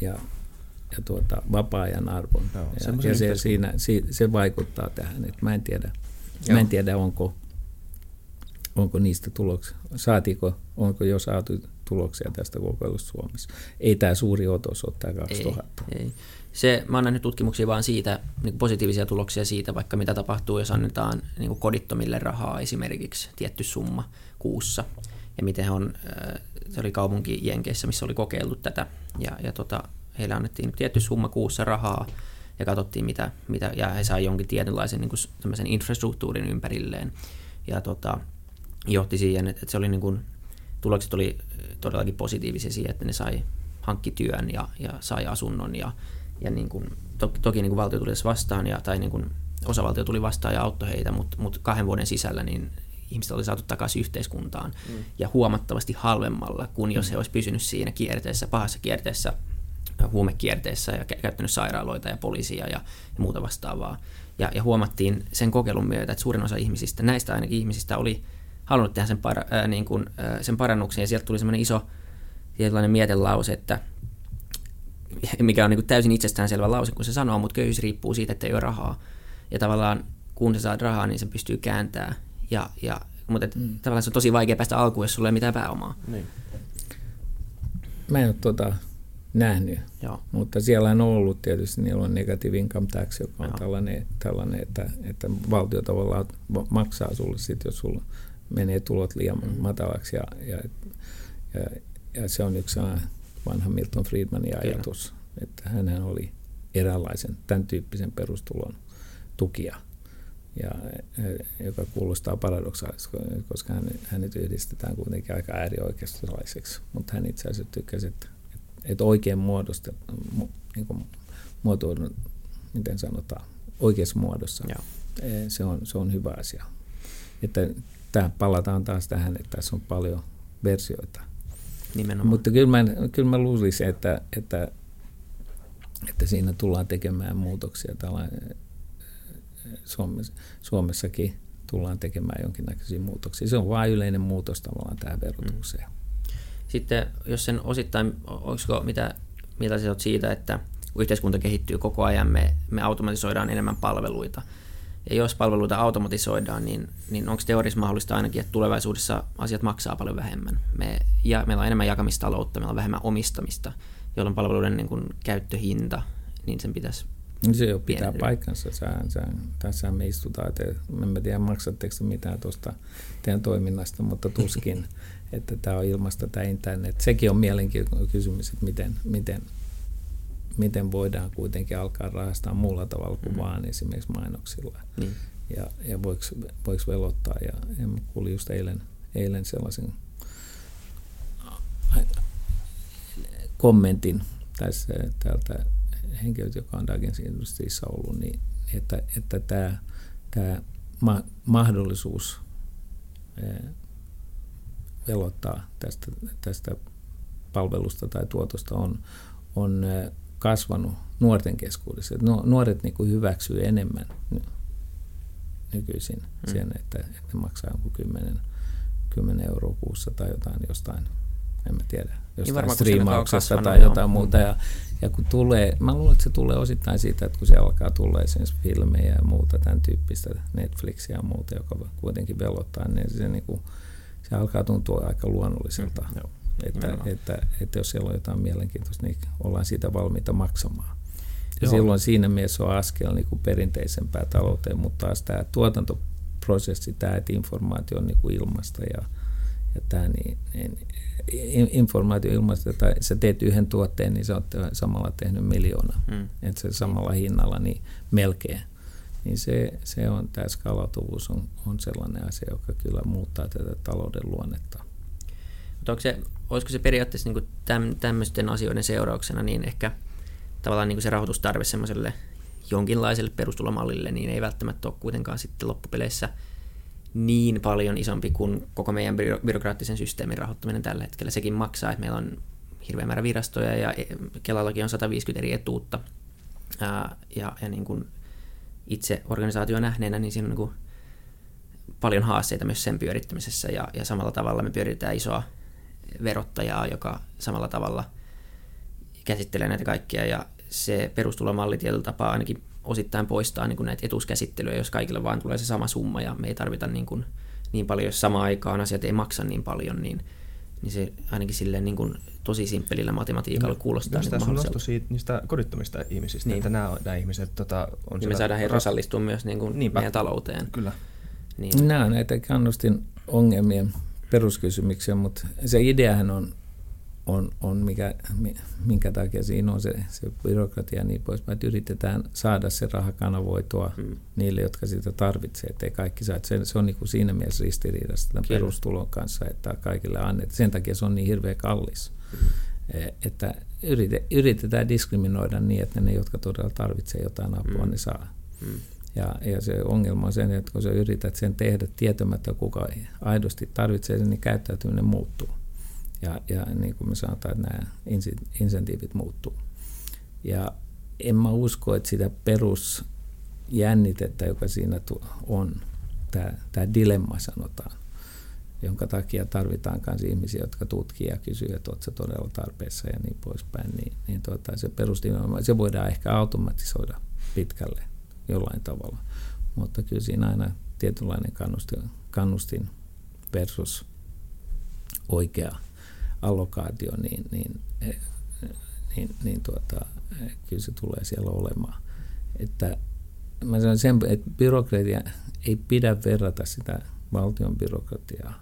vapaa-ajan arvon. Se vaikuttaa tähän. Et mä en tiedä onko niistä tuloksia, onko jo saatu tuloksia tästä kokeilusta Suomessa. Ei tämä suuri otos ole tämä 2000. Ei. Mä oon nähnyt tutkimuksia vaan siitä, niin positiivisia tuloksia siitä, vaikka mitä tapahtuu, jos annetaan niin kodittomille rahaa esimerkiksi tietty summa kuussa. Ja miten se oli kaupunki Jenkeissä, missä oli kokeiltu tätä. Ja heille annettiin tietty summa kuussa rahaa ja katsottiin, mitä ja he sai jonkin tietynlaisen niin kuin infrastruktuurin ympärilleen. Ja johti siihen, että se oli niin kuin, tulokset oli todellakin positiivisia siihen, että ne sai hankkityön ja sai asunnon ja niin kuin, toki niin kuin valtio tuli vastaan tai niin kuin osavaltio tuli vastaan ja auttoi heitä, mutta 2 vuoden sisällä niin ihmiset oli saatu takaisin yhteiskuntaan ja huomattavasti halvemmalla kuin jos he olisi pysynyt siinä pahassa kierteessä, huumekierteessä ja käyttänyt sairaaloita ja poliisia ja muuta vastaavaa. Ja huomattiin sen kokeilun myötä, että suurin osa ihmisistä, näistä ainakin ihmisistä, oli halunnut tehdä sen parannuksen, ja sieltä tuli semmoinen iso tietynlainen mietelause, että mikä on niin kuin täysin itsestäänselvä lause, kun se sanoo, mutta köyhyys riippuu siitä, että ei ole rahaa. Ja tavallaan kun sä saat rahaa, niin se pystyy kääntämään. Ja tavallaan se on tosi vaikea päästä alkuun, jos sulla ei mitään pääomaa. Niin. Mä en ole nähnyt, mutta siellä on ollut tietysti, niillä on negative income tax, joka on tällainen että valtio tavallaan maksaa sulle sit, jos sulla menee tulot liian matalaksi ja se on yksi vanha Milton Friedmanin ajatus, että hänhän oli eräänlaisen tämän tyyppisen perustulon tukija, joka kuulostaa paradoksaaliseksi, koska hänet yhdistetään kuitenkin aika äärioikeistolaiseksi, mutta hän itse asiassa tykkäsi, että oikein muotoilun, miten sanotaan, oikeassa muodossa, se on hyvä asia. Että palataan taas tähän, että tässä on paljon versioita. Nimenomaan. Mutta kyllä mä luulisin, että siinä tullaan tekemään muutoksia. Suomessakin tullaan tekemään jonkinnäköisiä muutoksia. Se on vain yleinen muutos tavallaan tähän verotukseen. Sitten jos sen osittain, olisiko mitä sä oot siitä, että kun yhteiskunta kehittyy koko ajan, me automatisoidaan enemmän palveluita. Ja jos palveluita automatisoidaan, niin onko teoriassa mahdollista ainakin, että tulevaisuudessa asiat maksaa paljon vähemmän? Meillä on enemmän jakamistaloutta, meillä on vähemmän omistamista, jolloin palveluiden niin kuin käyttöhinta, niin sen pitäisi se jo pitää paikkansa. Tässä me istutaan, että en tiedä maksatteko mitään tuosta teidän toiminnasta, mutta tuskin, että tämä on ilmasta tämä internet. Sekin on mielenkiintoinen kysymys, että miten voidaan kuitenkin alkaa rahastaa muulla tavalla kuin vaan esimerkiksi mainoksilla. Ja voiko velottaa. Ja kuulin just eilen sellaisen kommentin täältä henkilöt, joka on Dagens Industriessa ollut, niin että tämä mahdollisuus velottaa tästä palvelusta tai tuotosta on kasvanut nuorten keskuudessa. Nuoret niin kuin hyväksyy enemmän nykyisin sen, että ne maksaa jonkun 10 euroa kuussa tai jotain jostain, en mä tiedä, jostain striimauksesta tai jotain muuta. Ja kun tulee, mä luulen, että se tulee osittain siitä, että kun se alkaa tulla esimerkiksi filmejä ja muuta, tämän tyyppistä Netflixiä ja muuta, joka kuitenkin velottaa, niin se alkaa tuntua aika luonnolliselta. Että jos siellä on jotain mielenkiintoista, niin ollaan siitä valmiita maksamaan. Ja silloin siinä mielessä on askel niin kuin perinteisempää talouteen, mutta taas tämä tuotantoprosessi, tämä, että informaatio on niin kuin ilmasta ja tämä informaatio ilmasta, että sä teet yhden tuotteen, niin sä oot samalla tehnyt 1 miljoona. Että se samalla hinnalla niin melkein. Niin se on, tämä skaalautuvuus on sellainen asia, joka kyllä muuttaa tätä talouden luonnetta. Olisiko se periaatteessa niin tämmöisten asioiden seurauksena niin ehkä tavallaan niin se rahoitustarve semmoiselle jonkinlaiselle perustulomallille niin ei välttämättä ole kuitenkaan sitten loppupeleissä niin paljon isompi kuin koko meidän byrokraattisen systeemin rahoittaminen tällä hetkellä. Sekin maksaa, että meillä on hirveä määrä virastoja ja Kelallakin on 150 eri etuutta. Ja niin kuin itse organisaatio nähneenä, niin siinä on niin kuin paljon haasteita myös sen pyörittämisessä ja samalla tavalla me pyöritetään isoa verottajaa, joka samalla tavalla käsittelee näitä kaikkia ja se perustulomalli tietyllä tapaa ainakin osittain poistaa niin kuin näitä etuuskäsittelyjä, jos kaikille vaan tulee se sama summa ja me ei tarvita niin paljon, jos samaan aikaan asiat ei maksa niin paljon, niin se ainakin silleen niin kuin tosi simppelillä matematiikalla kuulostaa niin mahdolliselta. Niistä kodittomista ihmisistä, niin. Että nämä ihmiset on... Ja me saadaan heitä osallistua myös niin kuin meidän talouteen. Kyllä. Niin. Nämä on näitä kannustin ongelmien peruskysymyksiä, mutta se ideahan on minkä takia siinä on se byrokratia ja niin poispäin, että yritetään saada se raha kanavoitua niille, jotka sitä tarvitsee, ettei kaikki saa. Se on niin kuin siinä mielessä ristiriidassa tämän perustulon kanssa, että kaikille annetaan. Sen takia se on niin hirveän kallis, että yritetään diskriminoida niin, että ne, jotka todella tarvitsee jotain apua, ne saa. Ja se ongelma on sen, että kun sä yrität sen tehdä tietämättä, kuka aidosti tarvitsee sen, niin käyttäytyminen muuttuu. Ja niin kuin me sanotaan, että nämä insentiivit muuttuu. Ja en mä usko, että sitä perusjännitettä, joka siinä on, tämä dilemma sanotaan, jonka takia tarvitaan myös ihmisiä, jotka tutkii ja kysyy, että oletko todella tarpeessa ja niin poispäin, niin se perusdilemma, se voidaan ehkä automatisoida pitkälle jollain tavalla. Mutta kyllä siinä aina tietynlainen kannustin versus oikea allokaatio, niin kyllä se tulee siellä olemaan. Että mä sanon sen, että byrokratia ei pidä verrata sitä valtion byrokratiaa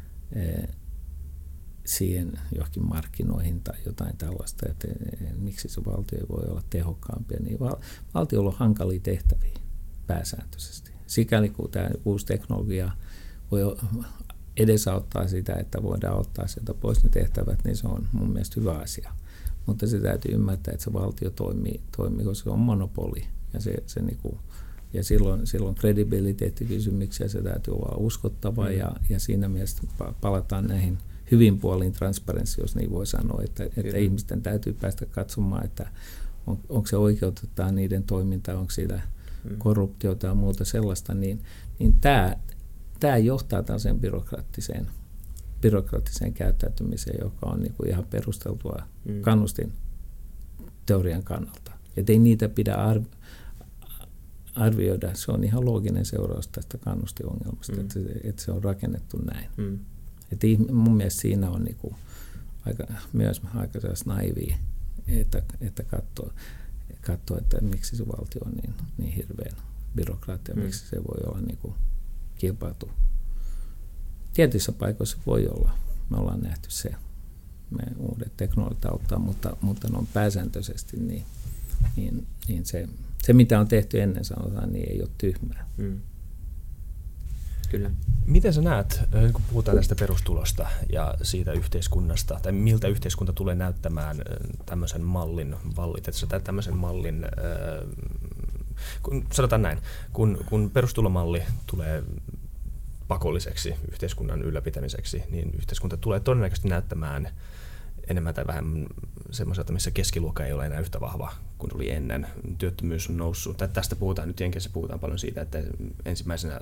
siihen johonkin markkinoihin tai jotain tällaista, että miksi se valtio ei voi olla tehokkaampi. Niin valtiolla on hankalia tehtäviä pääsääntöisesti. Sikäli kun tämä uusi teknologia voi edesauttaa sitä, että voidaan ottaa sieltä pois ne tehtävät, niin se on mun mielestä hyvä asia. Mutta se täytyy ymmärtää, että se valtio toimii koska se on monopoli. Ja silloin kredibiliteettikysymyksiä, se täytyy olla uskottava ja siinä mielessä palataan näihin hyvin puolin transparenssi, jos niin voi sanoa, että ihmisten täytyy päästä katsomaan, että onko se oikeutetaan niiden toimintaa, onko siitä korruptiota ja muuta sellaista, niin tämä johtaa tällaiseen byrokraattiseen käyttäytymiseen, joka on niin kuin ihan perusteltua kannustin teorian kannalta. Että ei niitä pidä arvioida. Se on ihan looginen seuraus tästä kannustiongelmasta, että se on rakennettu näin. Että mun mielestä siinä on niinku myös aika naivia, että katsoo, että miksi se valtio on niin hirveän byrokraattia, miksi se voi olla niinku kilpailtu. Tietyissä paikoissa voi olla. Me ollaan nähty se. Me uudet teknologiat auttaa, mutta ne on pääsääntöisesti niin se, mitä on tehty ennen, sanotaan, niin ei ole tyhmää. Kyllä. Miten sä näet, kun puhutaan tästä perustulosta ja siitä yhteiskunnasta, tai miltä yhteiskunta tulee näyttämään tämmöisen mallin vallitessa, tai tämmöisen mallin, sanotaan näin, kun perustulomalli tulee pakolliseksi yhteiskunnan ylläpitämiseksi, niin yhteiskunta tulee todennäköisesti näyttämään enemmän tai vähemmän semmoiselta, missä keskiluokka ei ole enää yhtä vahva kuin oli ennen. Työttömyys on noussut. Tästä puhutaan nyt Jenkeissä puhutaan paljon siitä, että ensimmäisenä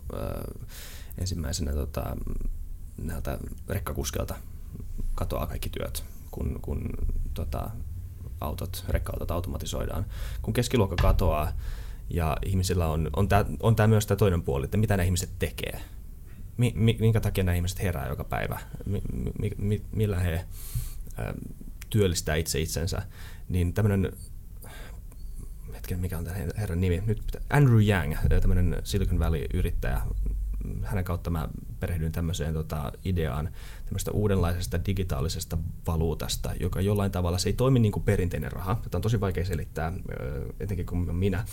näiltä rekkakuskelta katoaa kaikki työt, kun rekka-autot automatisoidaan. Kun keskiluokka katoaa ja ihmisillä on tämä myös tämä toinen puoli, että mitä nämä ihmiset tekee. Minkä takia nämä ihmiset herää joka päivä? Millä he työllistää itsensä? Niin tämmöinen, mikä on tämän herran nimi? Nyt Andrew Yang, tämmöinen Silicon Valley-yrittäjä. Hänen kautta mä perehdyin tämmöiseen ideaan tämmöistä uudenlaisesta digitaalisesta valuutasta, joka jollain tavalla, se ei toimi niin kuin perinteinen raha. Tätä on tosi vaikea selittää, etenkin kuin minä.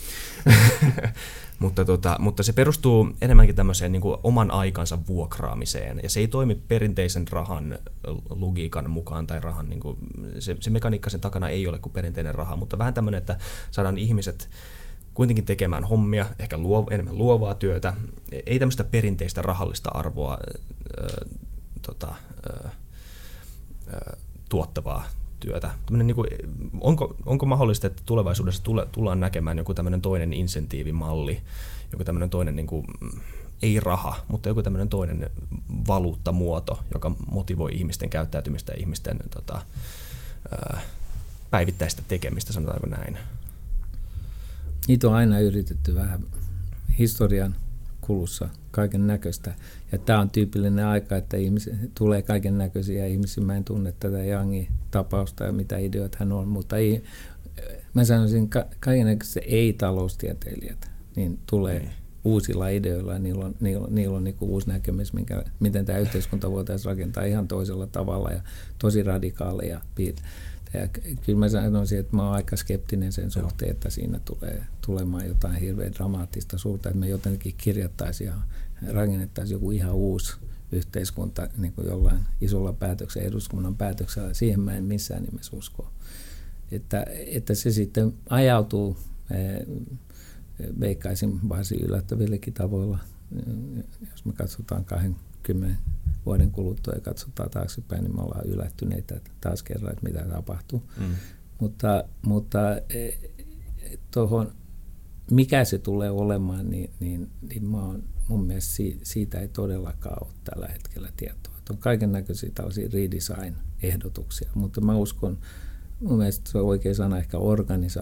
mutta se perustuu enemmänkin tämmöiseen niin kuin oman aikansa vuokraamiseen, ja se ei toimi perinteisen rahan logiikan mukaan, tai rahan, niin kuin, se mekaniikka sen takana ei ole kuin perinteinen raha, mutta vähän tämmöinen, että saadaan ihmiset kuitenkin tekemään hommia, ehkä enemmän luovaa työtä, ei tämmöistä perinteistä rahallista arvoa tuottavaa työtä. Niin kuin, onko mahdollista, että tulevaisuudessa tullaan näkemään joku tämmöinen toinen insentiivimalli, joku tämmöinen toinen, niin kuin, ei raha, mutta joku tämmöinen toinen valuuttamuoto, joka motivoi ihmisten käyttäytymistä ja ihmisten päivittäistä tekemistä, sanotaanko näin? Niitä on aina yritetty vähän historian kulussa kaiken näköistä. Ja tämä on tyypillinen aika, että tulee kaiken näköisiä ihmisiä. Mä en tunne tätä Yangin tapausta ja mitä ideoita hän on, mutta mä sanoisin kaiken näköiset ei-taloustieteilijät niin tulee uusilla ideoilla ja niillä on niin kuin uusi näkemys, miten tämä yhteiskunta voitaisiin rakentaa ihan toisella tavalla ja tosi radikaaleja piirteitä. Ja kyllä mä sanoisin, että mä oon aika skeptinen sen suhteen, että siinä tulee tulemaan jotain hirveän dramaattista suurta, että me jotenkin kirjattaisiin ja rakennettaisiin joku ihan uusi yhteiskunta niin kuin jollain isolla päätöksellä, eduskunnan päätöksellä. Siihen mä en missään nimessä usko. Että se sitten ajautuu, veikkaisin varsin yllättävillekin tavoilla, jos me katsotaan 20 vuoden kuluttua ja katsotaan taaksepäin, niin me ollaan yllättyneitä taas kerran, että mitä tapahtuu. Mutta tuohon, mikä se tulee olemaan, niin mun mielestä siitä ei todellakaan ole tällä hetkellä tietoa. On kaiken näköisiä tällaisia redesign-ehdotuksia, mutta mä uskon, mun mielestä se on oikea sana ehkä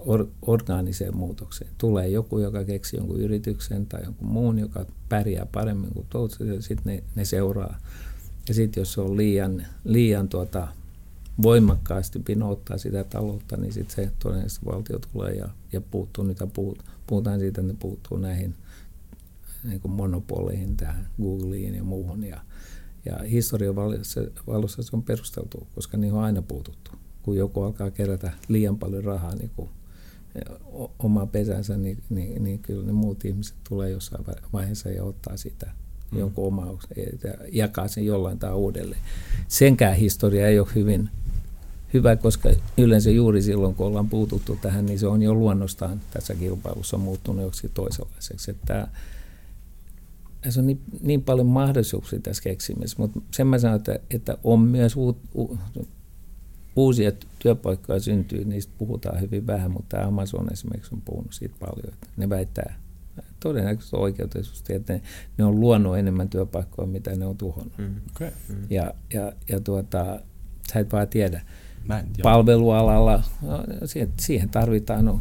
orgaaniseen muutokseen. Tulee joku, joka keksii jonkun yrityksen tai jonkun muun, joka pärjää paremmin kuin toiset, ja sitten ne seuraa. Ja sitten jos se on liian voimakkaasti pinouttaa sitä taloutta, niin sitten se todennäköisesti valtio tulee ja puuttuu. Nyt puhutaan siitä, että ne puuttuu näihin niin kuin monopoleihin, tähän Googleen ja muuhun. Ja historian valossa se on perusteltu, koska niihin on aina puututtu. Kun joku alkaa kerätä liian paljon rahaa niin kuin omaa pesänsä, niin kyllä ne muut ihmiset tulee jossain vaiheessa ja ottaa sitä jonkun omaa ja jakaa sen jollain tai uudelleen. Senkään historia ei ole hyvä, koska yleensä juuri silloin, kun ollaan puututtu tähän, niin se on jo luonnostaan tässä kilpailussa muuttunut joksikin toisenlaiseksi. Että se on niin paljon mahdollisuuksia tässä keksimisessä, mutta sen mä sanon, että on myös uusia työpaikkoja syntyy, niistä puhutaan hyvin vähän, mutta Amazon esimerkiksi on puhunut siitä paljon, että ne väittää todennäköisesti oikeutetusti, että ne on luonut enemmän työpaikkoja, mitä ne on tuhonnut. Okay. Ja sä et vaan tiedä. Palvelualalla, siihen tarvitaan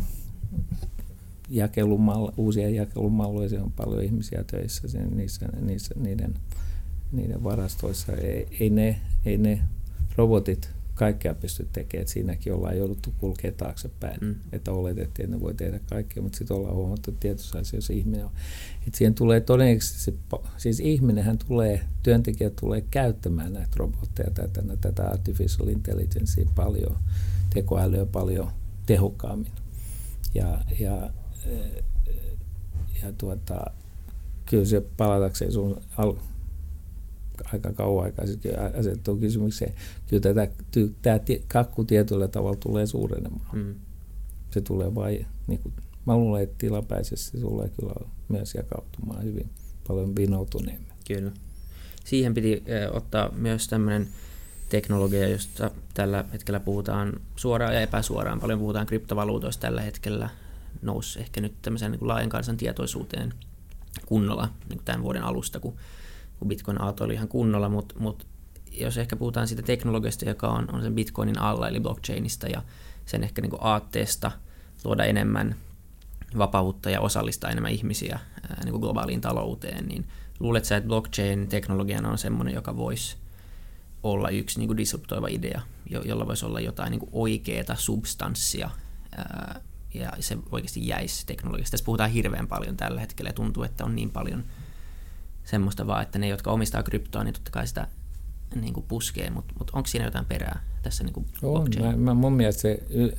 uusia jakelumalloja, siellä on paljon ihmisiä töissä niiden varastoissa. Ei ne robotit kaikkea pysty tekemään, että siinäkin ollaan jouduttu kulkemaan taaksepäin, että oletettiin, että ne voi tehdä kaikkea, mutta sitten ollaan huomattu, että tietyissä asioissa ihminen on. Että siihen tulee todennäköisesti, siis ihminenhän työntekijät tulee käyttämään näitä robotteja, tätä artificial intelligencea paljon, tekoälyä paljon tehokkaammin. Kyllä se palatakseen sun aika kauan aikaa sitten asettuu kysymykseen. Kyllä tämä kakku tietyllä tavalla tulee suurenemaan. Se tulee vain, niin kuin, mä luulen, että tilapäisesti se tulee kyllä myös jakautumaan hyvin paljon vinoutuneemmin. Kyllä. Siihen piti ottaa myös tämmöinen teknologia, josta tällä hetkellä puhutaan suoraan ja epäsuoraan. Paljon puhutaan kryptovaluutoista tällä hetkellä. Nousi ehkä nyt tämmöisen niin kuin laajan kansan tietoisuuteen kunnolla niin kuin tämän vuoden alusta, kun Bitcoin-aalto oli ihan kunnolla, mutta jos ehkä puhutaan siitä teknologiasta, joka on sen Bitcoinin alla, eli blockchainista ja sen ehkä niin kuin aatteesta luoda enemmän vapautta ja osallistaa enemmän ihmisiä niin kuin globaaliin talouteen, niin luuletko sä, että blockchain-teknologiana on semmoinen, joka voisi olla yksi niin kuin disruptoiva idea, jolla voisi olla jotain niin kuin oikeaa substanssia ja se oikeasti jäisi teknologiasta. Tässä puhutaan hirveän paljon tällä hetkellä ja tuntuu, että on niin paljon semmoista vaan, että ne, jotka omistaa kryptoa, niin totta kai sitä niin kuin puskee, mutta onko siinä jotain perää tässä niin kuin blockchain? Mun mielestä se,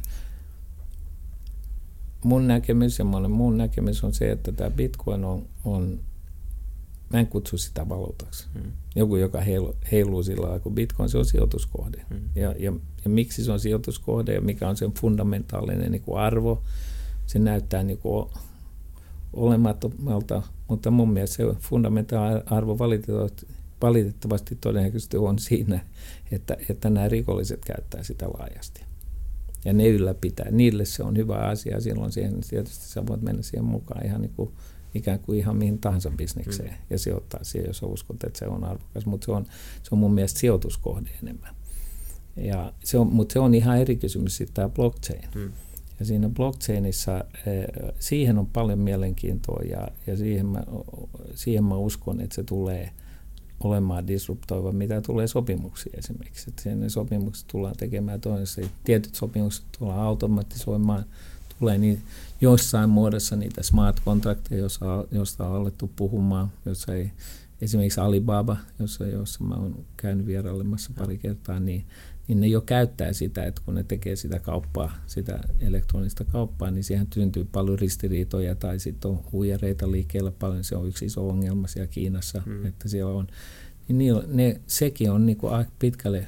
mun näkemys on se, että tämä Bitcoin on mä en kutsu sitä valuutaksi. Joku, joka heiluu sillä lailla, kun Bitcoin se on sijoituskohde. Ja miksi se on sijoituskohde ja mikä on sen fundamentaalinen niin kuin arvo, se näyttää niin kuin olemattomalta, mutta mun mielestä se fundamentaalinen arvo valitettavasti todennäköisesti on siinä, että nämä rikolliset käyttää sitä laajasti. Ja ne ylläpitää. Niille se on hyvä asia. Silloin siihen, tietysti sä voit mennä siihen mukaan ihan niin kuin ikään kuin ihan mihin tahansa bisnekseen ja sijoittaa siihen, jos uskot, että se on arvokas. Mutta se on mun mielestä sijoituskohde enemmän. Mutta se on ihan eri kysymys sitten tämä blockchain. Ja siinä blockchainissa siihen on paljon mielenkiintoa ja siihen mä uskon, että se tulee olemaan disruptoiva, mitä tulee sopimuksiin esimerkiksi. Että ne sopimukset tullaan tekemään toisessa. Tietyt sopimukset tullaan automatisoimaan. Tulee niin jossain muodossa niitä smart contracteja, joista on alettu puhumaan, jossa ei, esimerkiksi Alibaba, jossa mä oon käynyt vierailemassa pari kertaa, niin ne jo käyttää sitä, että kun ne tekee sitä kauppaa, sitä elektronista kauppaa, niin siihen syntyy paljon ristiriitoja tai sitten on huijareita liikkeellä paljon. Se on yksi iso ongelma siellä Kiinassa, että siellä on. Niin sekin on niin kuin pitkälle,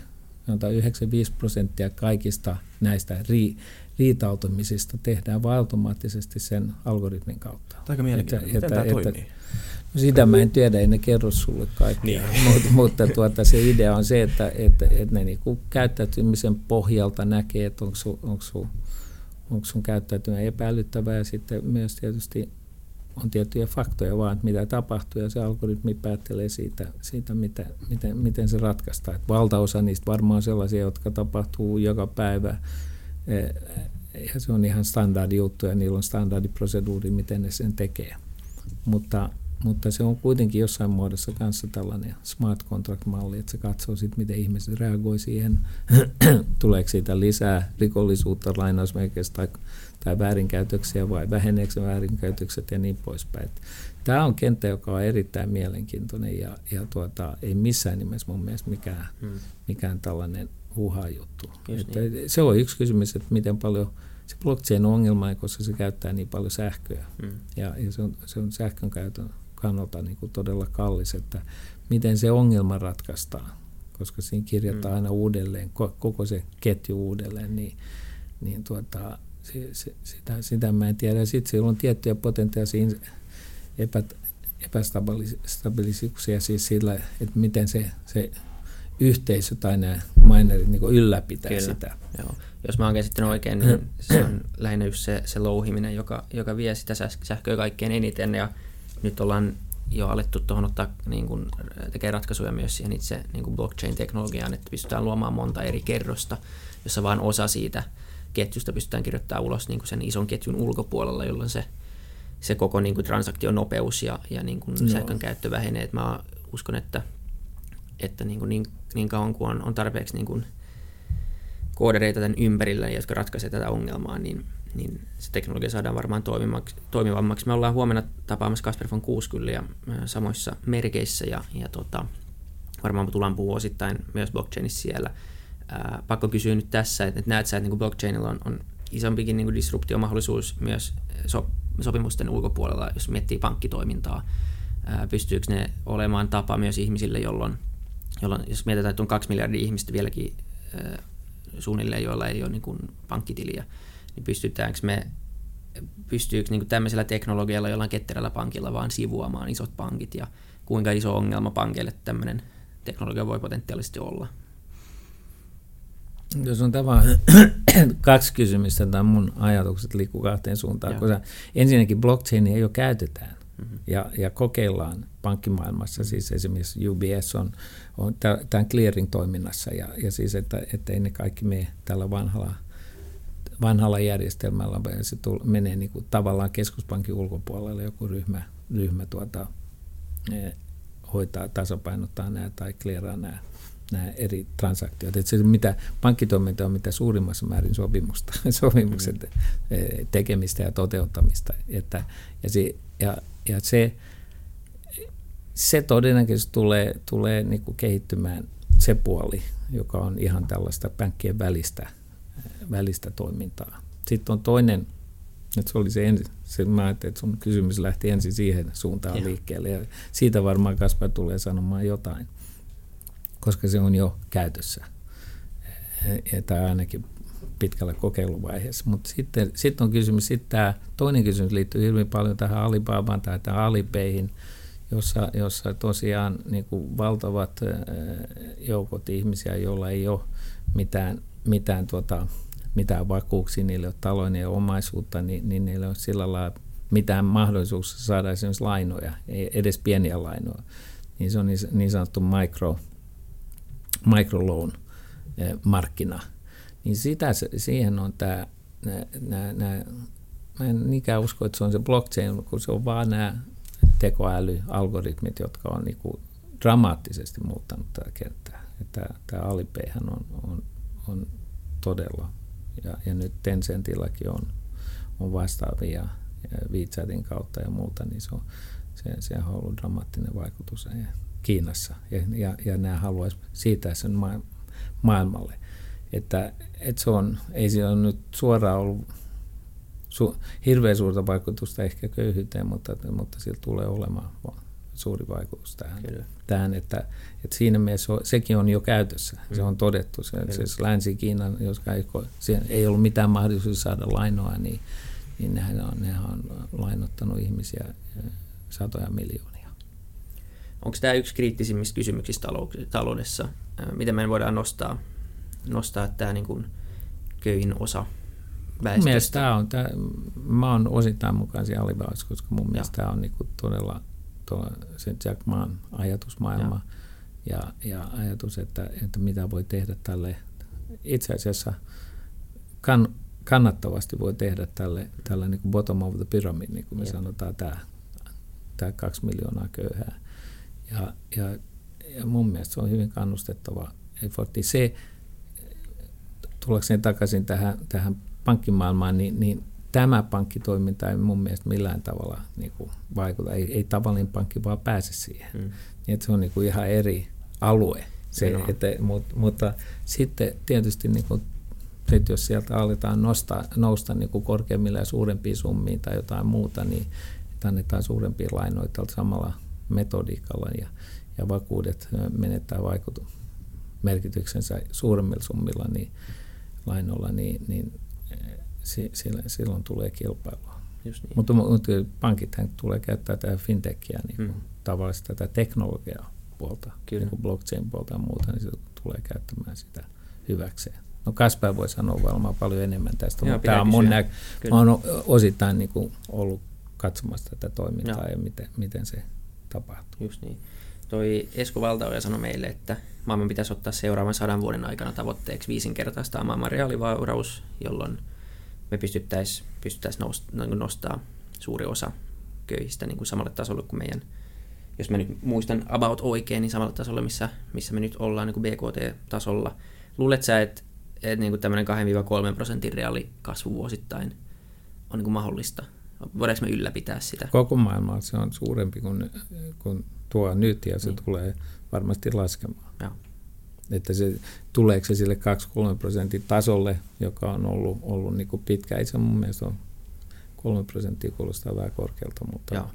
95% kaikista näistä riitautumisista tehdään vain automaattisesti sen algoritmin kautta. Aika mielenkiintoista. Miten tämä toimii? No sitä mä en tiedä, ei ne kerro sulle kaikkea, mutta se idea on se, että ne niinku käyttäytymisen pohjalta näkee, että onko sun käyttäytyminen epäilyttävää ja sitten myös tietysti on tiettyjä faktoja vaan, että mitä tapahtuu ja se algoritmi päättelee siitä miten se ratkaistaan. Et valtaosa niistä varmaan on sellaisia, jotka tapahtuu joka päivä se on ihan standardi juttu ja niillä on standardiproseduuri, miten ne sen tekee. Mutta se on kuitenkin jossain muodossa kanssa tällainen smart contract-malli, että se katsoo sitten, miten ihmiset reagoi siihen, tuleeko siitä lisää rikollisuutta lainausmerkeissä tai väärinkäytöksiä vai väheneekö väärinkäytökset ja niin poispäin. Tämä on kenttä, joka on erittäin mielenkiintoinen ja ei missään nimessä mun mielestä mikään tällainen huha-juttu. Se on yksi kysymys, että miten paljon se blockchain on ongelma, koska se käyttää niin paljon sähköä ja se on sähkön käytön kannalta niin kuin todella kallis, että miten se ongelma ratkaistaan, koska siinä kirjataan aina uudelleen, koko se ketju uudelleen, niin sitä mä en tiedä. Sitten siellä on tiettyjä potentiaalisia epästabilisuuksia siis sillä, että miten se yhteisö tai nämä minerit niin ylläpitää sitä. Joo. Jos mä oon käsittänyt oikein, niin se on lähinnä just se louhiminen, joka vie sitä sähköä kaikkein eniten. Ja nyt ollaan jo alettu tuohon ottaa tekee ratkaisuja myös siihen itse blockchain-teknologiaan, että pystytään luomaan monta eri kerrosta, jossa vaan osa siitä ketjusta pystytään kirjoittamaan ulos sen ison ketjun ulkopuolella, jolloin se koko transaktion nopeus ja sähkön käyttö vähenee. Et mä uskon, että niin kauan kuin on tarpeeksi koodareita tämän ympärillä, jotka ratkaisevat tätä ongelmaa, niin se teknologia saadaan varmaan toimivammaksi. Me ollaan huomenna tapaamassa Kasper von Koskullia samoissa merkeissä ja varmaan tullaan puhua osittain myös blockchainissa siellä. Pakko kysyä nyt tässä, että näet sä, että blockchainilla on isompikin disruptiomahdollisuus myös sopimusten ulkopuolella, jos miettii pankkitoimintaa. Pystyykö ne olemaan tapa myös ihmisille, jolloin jos mietitään, että on 2 miljardia ihmistä vieläkin suunnilleen, joilla ei ole pankkitiliä, niin pystyykö tämmöisellä teknologialla jollain ketterällä pankilla vaan sivuamaan isot pankit ja kuinka iso ongelma pankeille tämmöinen teknologia voi potentiaalisesti olla? Jos on tavallaan 2 kysymystä, tai mun ajatukset liikkuu 2 suuntaan, koska ensinnäkin blockchainia jo käytetään ja kokeillaan pankkimaailmassa, siis esimerkiksi UBS on tämän clearing-toiminnassa ja siis, että ei ne kaikki mene tällä vanhalla järjestelmällä, se menee niin kuin tavallaan keskuspankin ulkopuolelle, joku ryhmä hoitaa, tasapainottaa nämä tai clearaa nämä eri transaktiot. Että se mitä pankkitoiminta on mitä suurimmassa määrin sopimuksen tekemistä ja toteuttamista. Se todennäköisesti tulee niin kuin kehittymään se puoli, joka on ihan tällaista pankkien välistä toimintaa. Sitten on toinen, että se oli mä ajattelin, että sun kysymys lähti ensin siihen suuntaan liikkeelle ja siitä varmaan Kasper tulee sanomaan jotain, koska se on jo käytössä, tai ainakin pitkällä kokeiluvaiheessa. Mutta sitten on kysymys, tämä toinen kysymys liittyy hyvin paljon tähän Alibabaan tai tähän Alipayhin, jossa tosiaan niin kuin valtavat joukot ihmisiä, joilla ei ole mitään vakuuksia, niillä ei ole talouden ja omaisuutta, niin niillä ei ole sillä lailla mitään mahdollisuuksia saada esimerkiksi lainoja, ei edes pieniä lainoja. Niin se on niin sanottu microloan-markkina. Niin siihen on mä en niinkään usko, että se on se blockchain, kun se on vaan nämä tekoälyalgoritmit, jotka on niinku dramaattisesti muuttanut tätä kenttää. Tämä Alipayhän on todella, ja nyt Tencentillakin on vastaavia WeChatin kautta ja muuta, niin se on ollut dramaattinen vaikutus Kiinassa, ja nämä haluaisi siirtää sen maailmalle. Että ei se ole nyt suoraan ollut hirveän suurta vaikutusta ehkä köyhyyteen, mutta sillä tulee olemaan suuri vaikutus tähän että siinä mielessä sekin on jo käytössä. Se on todettu. Se Länsi-Kiinan, jos ei ollut mitään mahdollisuus saada lainoa, niin nehän on lainottanut ihmisiä satoja miljoonia. Onko tämä yksi kriittisimmistä kysymyksistä taloudessa? Miten me voidaan nostaa tämä niin kuin köyhin osa väestöstä? Mä oon osittain mukaan siinä Alibabassa, koska mun mielestä tämä on niin kuin todella se Jack Maan ajatusmaailma ja ajatus, että mitä voi tehdä tälle. Itse asiassa kannattavasti voi tehdä tällä niin kuin bottom of the pyramid, niin kuin me sanotaan, tämä 2 miljoonaa köyhää. Ja mun mielestä se on hyvin kannustettava effortti. Se, tullakseen takaisin tähän pankkimaailmaan, niin tämä pankkitoiminta ei mun mielestä millään tavalla niin kuin vaikuta. Ei tavallinen pankki vaan pääse siihen. Niin, että se on niin kuin ihan eri alue. Mutta sitten tietysti niin kuin, jos sieltä aletaan nousta niin kuin korkeammille ja suurempiin summiin tai jotain muuta, niin annetaan suurempia lainoja tältä samalla metodiikalla ja vakuudet menettää merkityksensä suuremmilla summilla lainoilla, niin silloin tulee kilpailua. Niin. Mutta pankithan tulee käyttää tätä fintechia, niin tavallisesti tätä teknologiaa puolta, niin kuin blockchain-puolta ja muuta, niin se tulee käyttämään sitä hyväkseen. No Kasper voi sanoa varmaan paljon enemmän tästä, mutta tämä on mä oon osittain niin kuin ollut katsomassa tätä toimintaa ja miten se tapahtuu. Just niin. Toi Esko Valtaoja sanoi meille, että maailman pitäisi ottaa seuraavan 100 vuoden aikana tavoitteeksi 5-kertaistaa maailman reaalivauraus, jolloin me pystyttäisiin nostaa suuri osa köyhistä niin kuin samalle tasolle kuin meidän, jos mä nyt muistan about oikein, niin samalle tasolle, missä me nyt ollaan niin kuin BKT-tasolla. Luulet sä, että niin kuin tämmöinen 2-3% reaalikasvu vuosittain on niin kuin mahdollista? Voidaanko me ylläpitää sitä? Koko maailmalla se on suurempi kuin tuo nyt ja se tulee varmasti laskemaan. Joo. Että tuleeko se sille 2-3% tasolle, joka on ollut niin kuin pitkä. Ei se mun mielestä on 3% kuulostaa vähän korkealta, mutta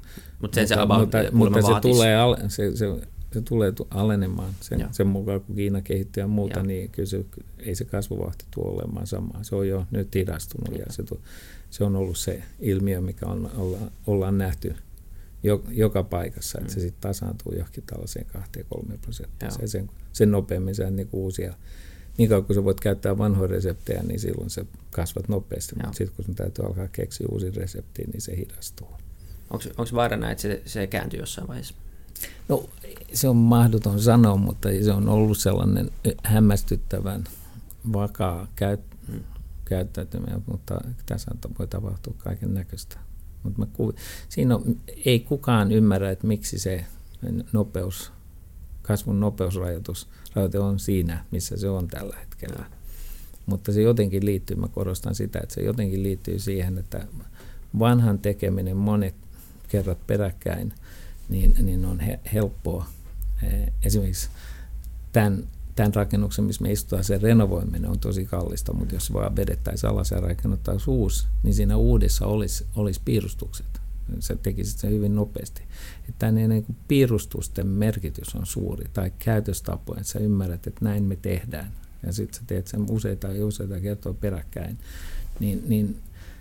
se tulee alenemaan sen mukaan, kun Kiina kehittyy ja muuta, niin kyllä ei se kasvuvahti tule olemaan samaa. Se on jo nyt hidastunut ja se on ollut se ilmiö, mikä ollaan nähty joka paikassa, että se sitten tasaantuu johonkin tällaiseen 2-3%. Sen nopeammin sä niin uusia, niin kauan kun sä voit käyttää vanhoja reseptejä, niin silloin sä kasvat nopeasti, mutta sitten kun sun täytyy alkaa keksiä uusia reseptiä, niin se hidastuu. Onko vaarana, että se kääntyy jossain vaiheessa? No se on mahdoton sanoa, mutta se on ollut sellainen hämmästyttävän vakaa käyttäytyminen, mutta tässä voi tapahtua kaiken näköistä. Mutta ei kukaan ymmärrä, että miksi se kasvun nopeusrajoite on siinä, missä se on tällä hetkellä. Mutta se jotenkin liittyy, mä korostan sitä, että se jotenkin liittyy siihen, että vanhan tekeminen monet kerrat peräkkäin, niin on helppoa. Esimerkiksi tämän rakennuksen, missä me istutaan, sen renovoiminen on tosi kallista, mutta jos vaan vedettäisiin alas ja rakennettaisiin uusi, niin siinä uudessa olisi piirustukset. Se tekisi sen hyvin nopeasti. Että niin kuin piirustusten merkitys on suuri, tai käytöstapoja, että sä ymmärrät, että näin me tehdään, ja sitten sä teet sen useita kertoja peräkkäin, niin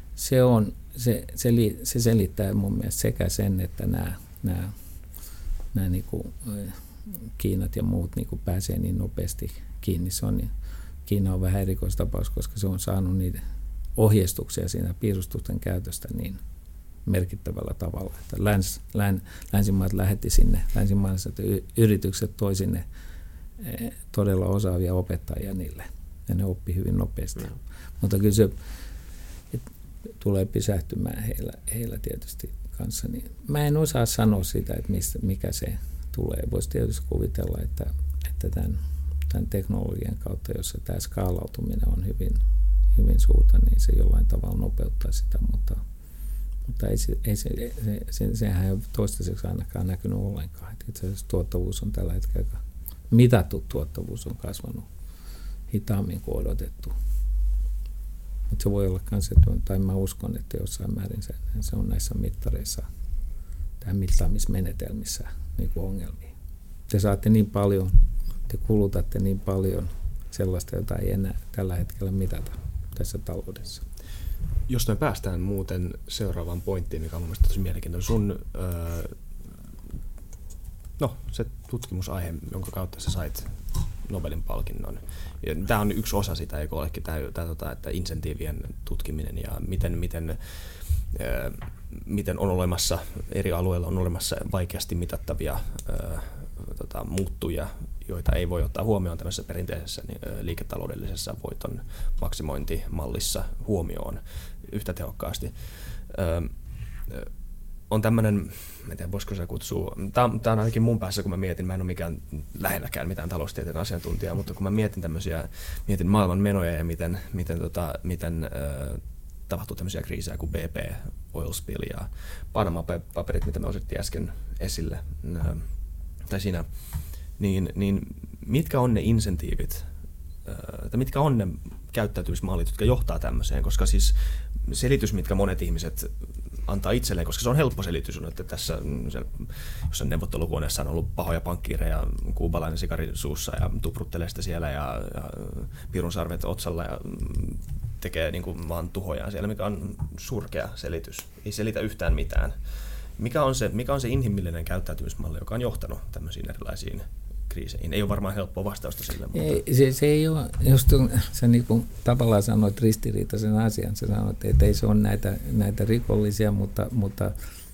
se selittää mun mielestä sekä sen, että nämä niin kuin Kiinat ja muut niin kuin pääsee niin nopeasti kiinni. Kiina on vähän erikoistapaus, koska se on saanut niitä ohjeistuksia siinä piirustusten käytöstä niin merkittävällä tavalla, että länsimaat lähetti sinne, länsimaiset yritykset toi sinne todella osaavia opettajia niille, ja ne oppi hyvin nopeasti. Mutta kyllä se tulee pysähtymään heillä tietysti kanssa. Niin mä en osaa sanoa sitä, että mikä se tulee. Voisi tietysti kuvitella, että tämän teknologian kautta, jossa tämä skaalautuminen on hyvin, hyvin suurta, niin se jollain tavalla nopeuttaa sitä, mutta sehän ei ole toistaiseksi ainakaan näkynyt ollenkaan. Itse asiassa tuottavuus on tällä hetkellä, mitattu tuottavuus on kasvanut hitaammin kuin odotettu. Mutta se voi olla myös, tai mä uskon, että jossain määrin se on näissä mittareissa, tähän mittaamismenetelmissä niin kuin ongelmia. Te saatte niin paljon, te kulutatte niin paljon sellaista, jota ei enää tällä hetkellä mitata tässä taloudessa. Jos me päästään muuten seuraavaan pointtiin, mikä on mielestäni tosi mielenkiintoinen. Sun se tutkimusaihe, jonka kautta sä sait Nobelin palkinnon. Tämä on yksi osa sitä, eikö olekin että insentiivien tutkiminen ja miten on olemassa, eri alueilla on olemassa vaikeasti mitattavia muuttujia, joita ei voi ottaa huomioon tämmöisessä perinteisessä liiketaloudellisessa voiton maksimointimallissa huomioon yhtä tehokkaasti. On tämmöinen, en tiedä voisiko se kutsua, tämä on ainakin mun päässä, kun mä mietin, mä en ole mikään lähelläkään mitään taloustieteen asiantuntijaa, mutta kun mä mietin maailman menoja ja miten tapahtuu tämmöisiä kriisejä kuin BP, oil spill ja Panama-paperit, mitä me osittiin äsken esille, tai siinä, niin mitkä on ne insentiivit, tai mitkä on ne käyttäytymismallit, jotka johtaa tämmöiseen, koska siis selitys, mitkä monet ihmiset antaa itselleen, koska se on helppo selitys, että tässä jossain neuvotteluhuoneessa on ollut pahoja pankkiireja, kuubalainen sikari suussa ja tupruttelee sitä siellä ja pirun sarvet otsalla ja tekee niin kuin vaan tuhojaan siellä, mikä on surkea selitys. Ei selitä yhtään mitään. Mikä on se inhimillinen käyttäytymismalli, joka on johtanut tämmöisiin erilaisiin kriiseihin? Ei ole varmaan helppoa vastausta sille. Mutta se ei ole, jos sä niin kuin tavallaan sanoit ristiriitaisen asian, sä sanoit, että ei se ole näitä rikollisia, mutta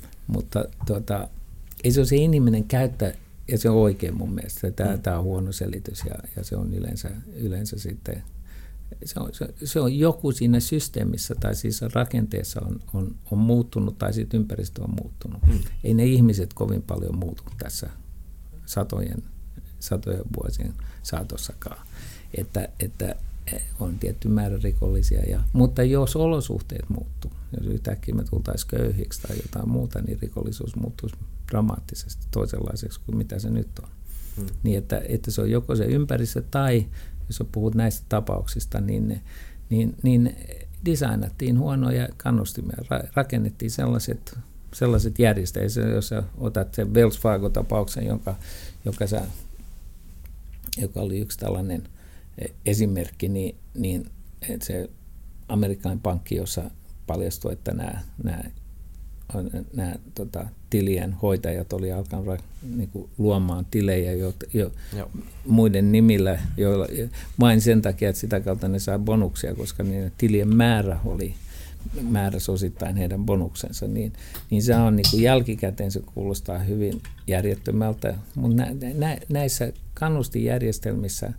ei se ole se inhimillinen käyttö, ja se on oikein mun mielestä. Tämä on huono selitys, ja se on yleensä sitten, se on joku siinä systeemissä tai siis rakenteessa on muuttunut tai sitten ympäristö on muuttunut. Ei ne ihmiset kovin paljon muutu tässä satojen vuosien saatossakaan, että on tietty määrä rikollisia. Mutta jos olosuhteet muuttuu, jos yhtäkkiä me tultaisiin köyhiksi tai jotain muuta, niin rikollisuus muuttuisi dramaattisesti toisenlaiseksi kuin mitä se nyt on. Niin että se on joko se ympäristö tai, jos puhut näistä tapauksista, niin designattiin huonoja kannustimia, rakennettiin sellaiset järjestelmät. Jos sä otat sen Wells Fargo-tapauksen, joka oli yksi tällainen esimerkki, niin se amerikkalainen pankki, jossa paljastui, että nämä tilien hoitajat oli alkanut niinku luomaan tilejä muiden nimillä, joilla, vain sen takia, että sitä kautta ne saa bonuksia, koska niiden tilien määrä oli määräsi osittain heidän bonuksensa, niin se on niin kuin jälkikäteen, se kuulostaa hyvin järjettömältä, mutta näissä kannustinjärjestelmissä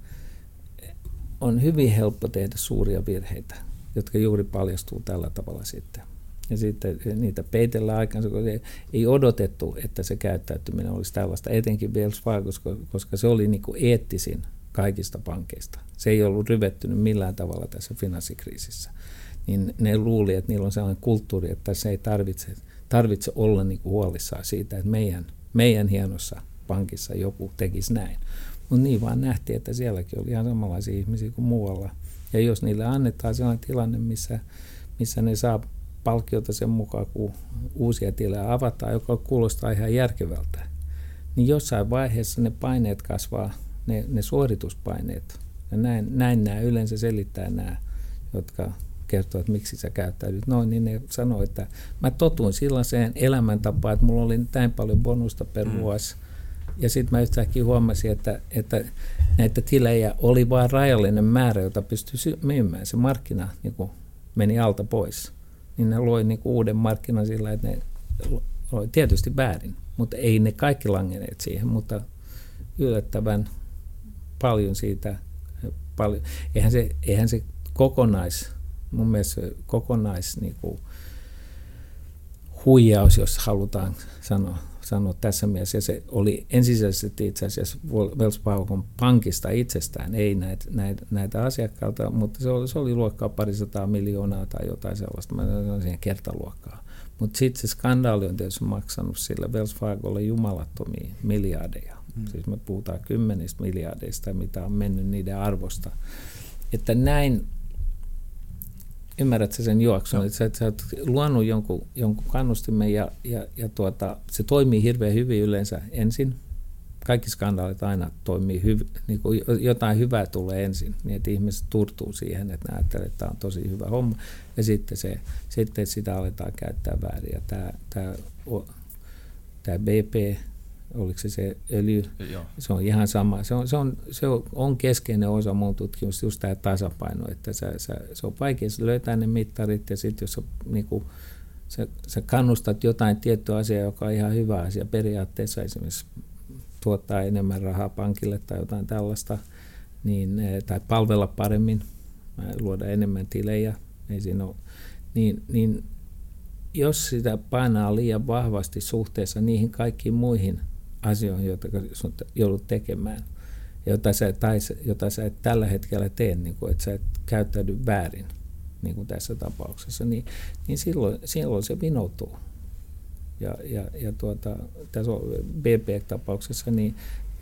on hyvin helppo tehdä suuria virheitä, jotka juuri paljastuu tällä tavalla sitten. Ja sitten niitä peitellään aikansa, koska ei odotettu, että se käyttäytyminen olisi tällaista, etenkin Wells Fargo, koska se oli niin kuin eettisin kaikista pankeista. Se ei ollut ryvettynyt millään tavalla tässä finanssikriisissä. Niin ne luuli, että niillä on sellainen kulttuuri, että se ei tarvitse olla niin kuin huolissaan siitä, että meidän hienossa pankissa joku tekisi näin. Mutta niin vaan nähtiin, että sielläkin oli ihan samanlaisia ihmisiä kuin muualla. Ja jos niille annetaan sellainen tilanne, missä ne saa palkkiota sen mukaan, kun uusia tilejä avataan, joka kuulostaa ihan järkevältä, niin jossain vaiheessa ne paineet kasvaa, ne suorituspaineet. Ja näin nämä yleensä selittää nämä, jotka kertoo, että miksi sä käyttäydyt noin, niin ne sanoo, että mä totuin sellaiseen elämäntapaan, että mulla oli näin paljon bonusta per vuosi. Ja sitten mä yhtäkkiä huomasin, että näitä tilejä oli vain rajallinen määrä, jota pystyi myymään. Se markkina niin kuin meni alta pois. Niin ne loi niin kuin uuden markkinan sillä, että ne loi tietysti väärin. Mutta ei ne kaikki langenneet siihen, mutta yllättävän paljon siitä. Eihän se mun mielestä niin kuin huijaus, jos halutaan sanoa tässä mielessä, ja se oli ensisijaisesti itse asiassa Wells Fargon pankista itsestään, ei näitä asiakkailta, mutta se oli luokkaa 200 miljoonaa tai jotain sellaista, mä sanoin siihen kertaluokkaa. Mutta sitten se skandaali on tietysti maksanut sille Wells Fargolle jumalattomia miljardeja. Siis me puhutaan 10 miljardeista, mitä on mennyt niiden arvosta. Että näin, ymmärrätkö sen juoksun, että sä oot luonut jonkun kannustimen ja se toimii hirveän hyvin yleensä ensin. Kaikki skandaalit aina toimii hyvin, niin kuin jotain hyvää tulee ensin, niin että ihmiset turtuu siihen, että ne ajattelee, että tämä on tosi hyvä homma, ja sitten sitä aletaan käyttää väärin. Ja tämä BP, oliko se öljy, se on ihan sama. Se on keskeinen osa mun tutkimusta, just tämä tasapaino, että se on vaikea löytää ne mittarit, ja sitten jos sä kannustat jotain tiettyä asiaa, joka on ihan hyvä asia, periaatteessa esimerkiksi tuottaa enemmän rahaa pankille tai jotain tällaista, niin, tai palvella paremmin, luoda enemmän tilejä, ei siinä ole, niin jos sitä painaa liian vahvasti suhteessa niihin kaikkiin muihin asioihin, joita sinun joudut tekemään, jota sä et tällä hetkellä tee, niin kuin, että sä et käyttäydy väärin, niin kuin tässä tapauksessa, niin silloin se vinoutuu. Ja tässä BP-tapauksessa niin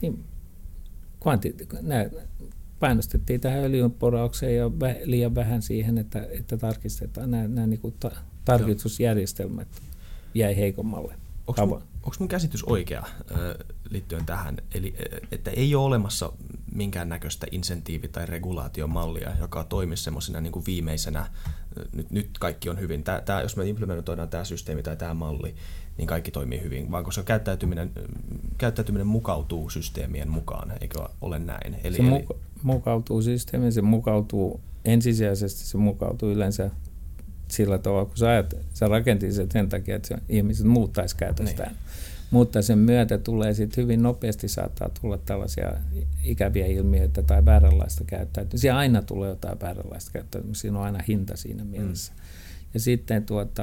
painostettiin tähän öljynporaukseen ja liian vähän siihen, että tarkistetaan nämä niin kuin tarkistusjärjestelmät jäi heikommalle. Onko mun käsitys oikea liittyen tähän? Eli että ei ole olemassa minkäännäköistä insentiivi- tai regulaatiomallia, joka toimisi semmoisena niin kuin viimeisenä, nyt kaikki on hyvin. Jos me implementoidaan tämä systeemi tai tämä malli, niin kaikki toimii hyvin, vaan koska käyttäytyminen mukautuu systeemien mukaan, eikö ole näin? Se mukautuu systeemiin, se mukautuu ensisijaisesti, se mukautuu yleensä sillä tavalla, kun sä rakentit sen takia, että ihmiset muuttaisi käytöstään. Niin. Mutta sen myötä tulee sitten hyvin nopeasti saattaa tulla tällaisia ikäviä ilmiöitä tai vääränlaista käyttäytymistä. Siellä aina tulee jotain vääränlaista käyttäytymistä, siinä on aina hinta siinä mielessä. Ja sitten,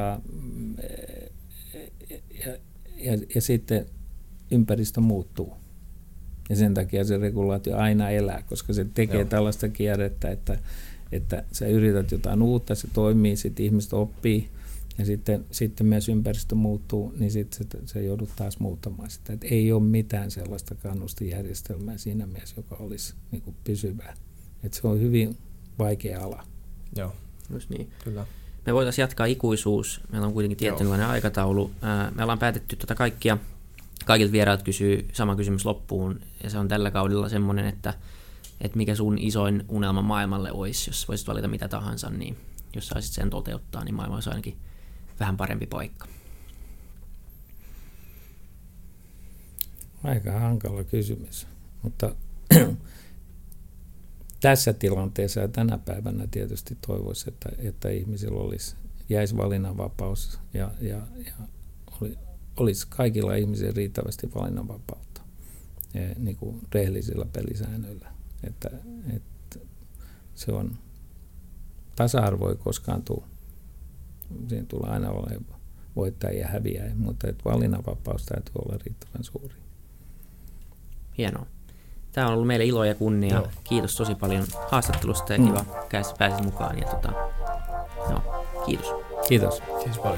ja sitten ympäristö muuttuu. Ja sen takia se regulaatio aina elää, koska se tekee tällaista kierrettä, että sä yrität jotain uutta, se toimii, sitten ihmiset oppii, ja sitten myös ympäristö muuttuu, niin sitten se joudut taas muuttamaan sitä. Et ei ole mitään sellaista kannustinjärjestelmää siinä mielessä, joka olisi niin kuin pysyvää. Et se on hyvin vaikea ala. Joo, just niin. Kyllä. Me voitaisiin jatkaa ikuisuus. Meillä on kuitenkin tietynlainen aikataulu. Me ollaan päätetty kaikilta vierailta kysyy sama kysymys loppuun, ja se on tällä kaudella semmoinen, että mikä sun isoin unelma maailmalle olisi, jos voisit valita mitä tahansa, niin jos saisit sen toteuttaa, niin maailma olisi ainakin vähän parempi paikka. Aika hankala kysymys, mutta tässä tilanteessa ja tänä päivänä tietysti toivoisi, että ihmisillä jäisi valinnanvapaus ja olisi kaikilla ihmisillä riittävästi valinnanvapautta niin kuin rehellisillä pelisäännöillä. Että se on tasa-arvo ei koskaan tule. Siinä tulee aina olemaan voittajia ja häviäjiä, mutta valinnanvapaus täytyy olla riittävän suuri. Hienoa. Tämä on ollut meille ilo ja kunnia. Joo. Kiitos tosi paljon haastattelusta ja kiva pääsit mukaan. Ja kiitos. Kiitos. Kiitos paljon.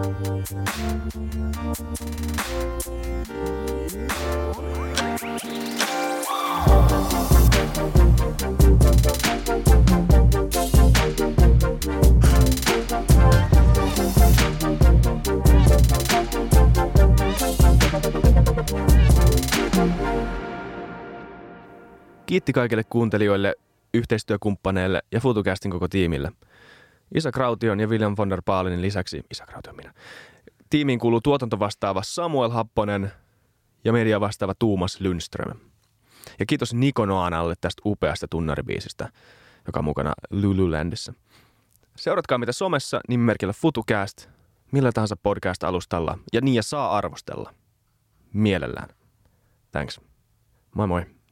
Kiitti kaikille kuuntelijoille, yhteistyökumppaneille ja FutuCastin koko tiimille. Isak Raution ja William von der Baalenin lisäksi, tiimiin kuuluu tuotantovastaava Samuel Happonen ja media vastaava Tuomas Lundström. Ja kiitos Niko Noanalle tästä upeasta tunnaribiisistä, joka on mukana Lululandissa. Seuratkaa mitä somessa nimimerkillä FutuCast, millä tahansa podcast-alustalla, ja saa arvostella. Mielellään. Thanks. Moi moi.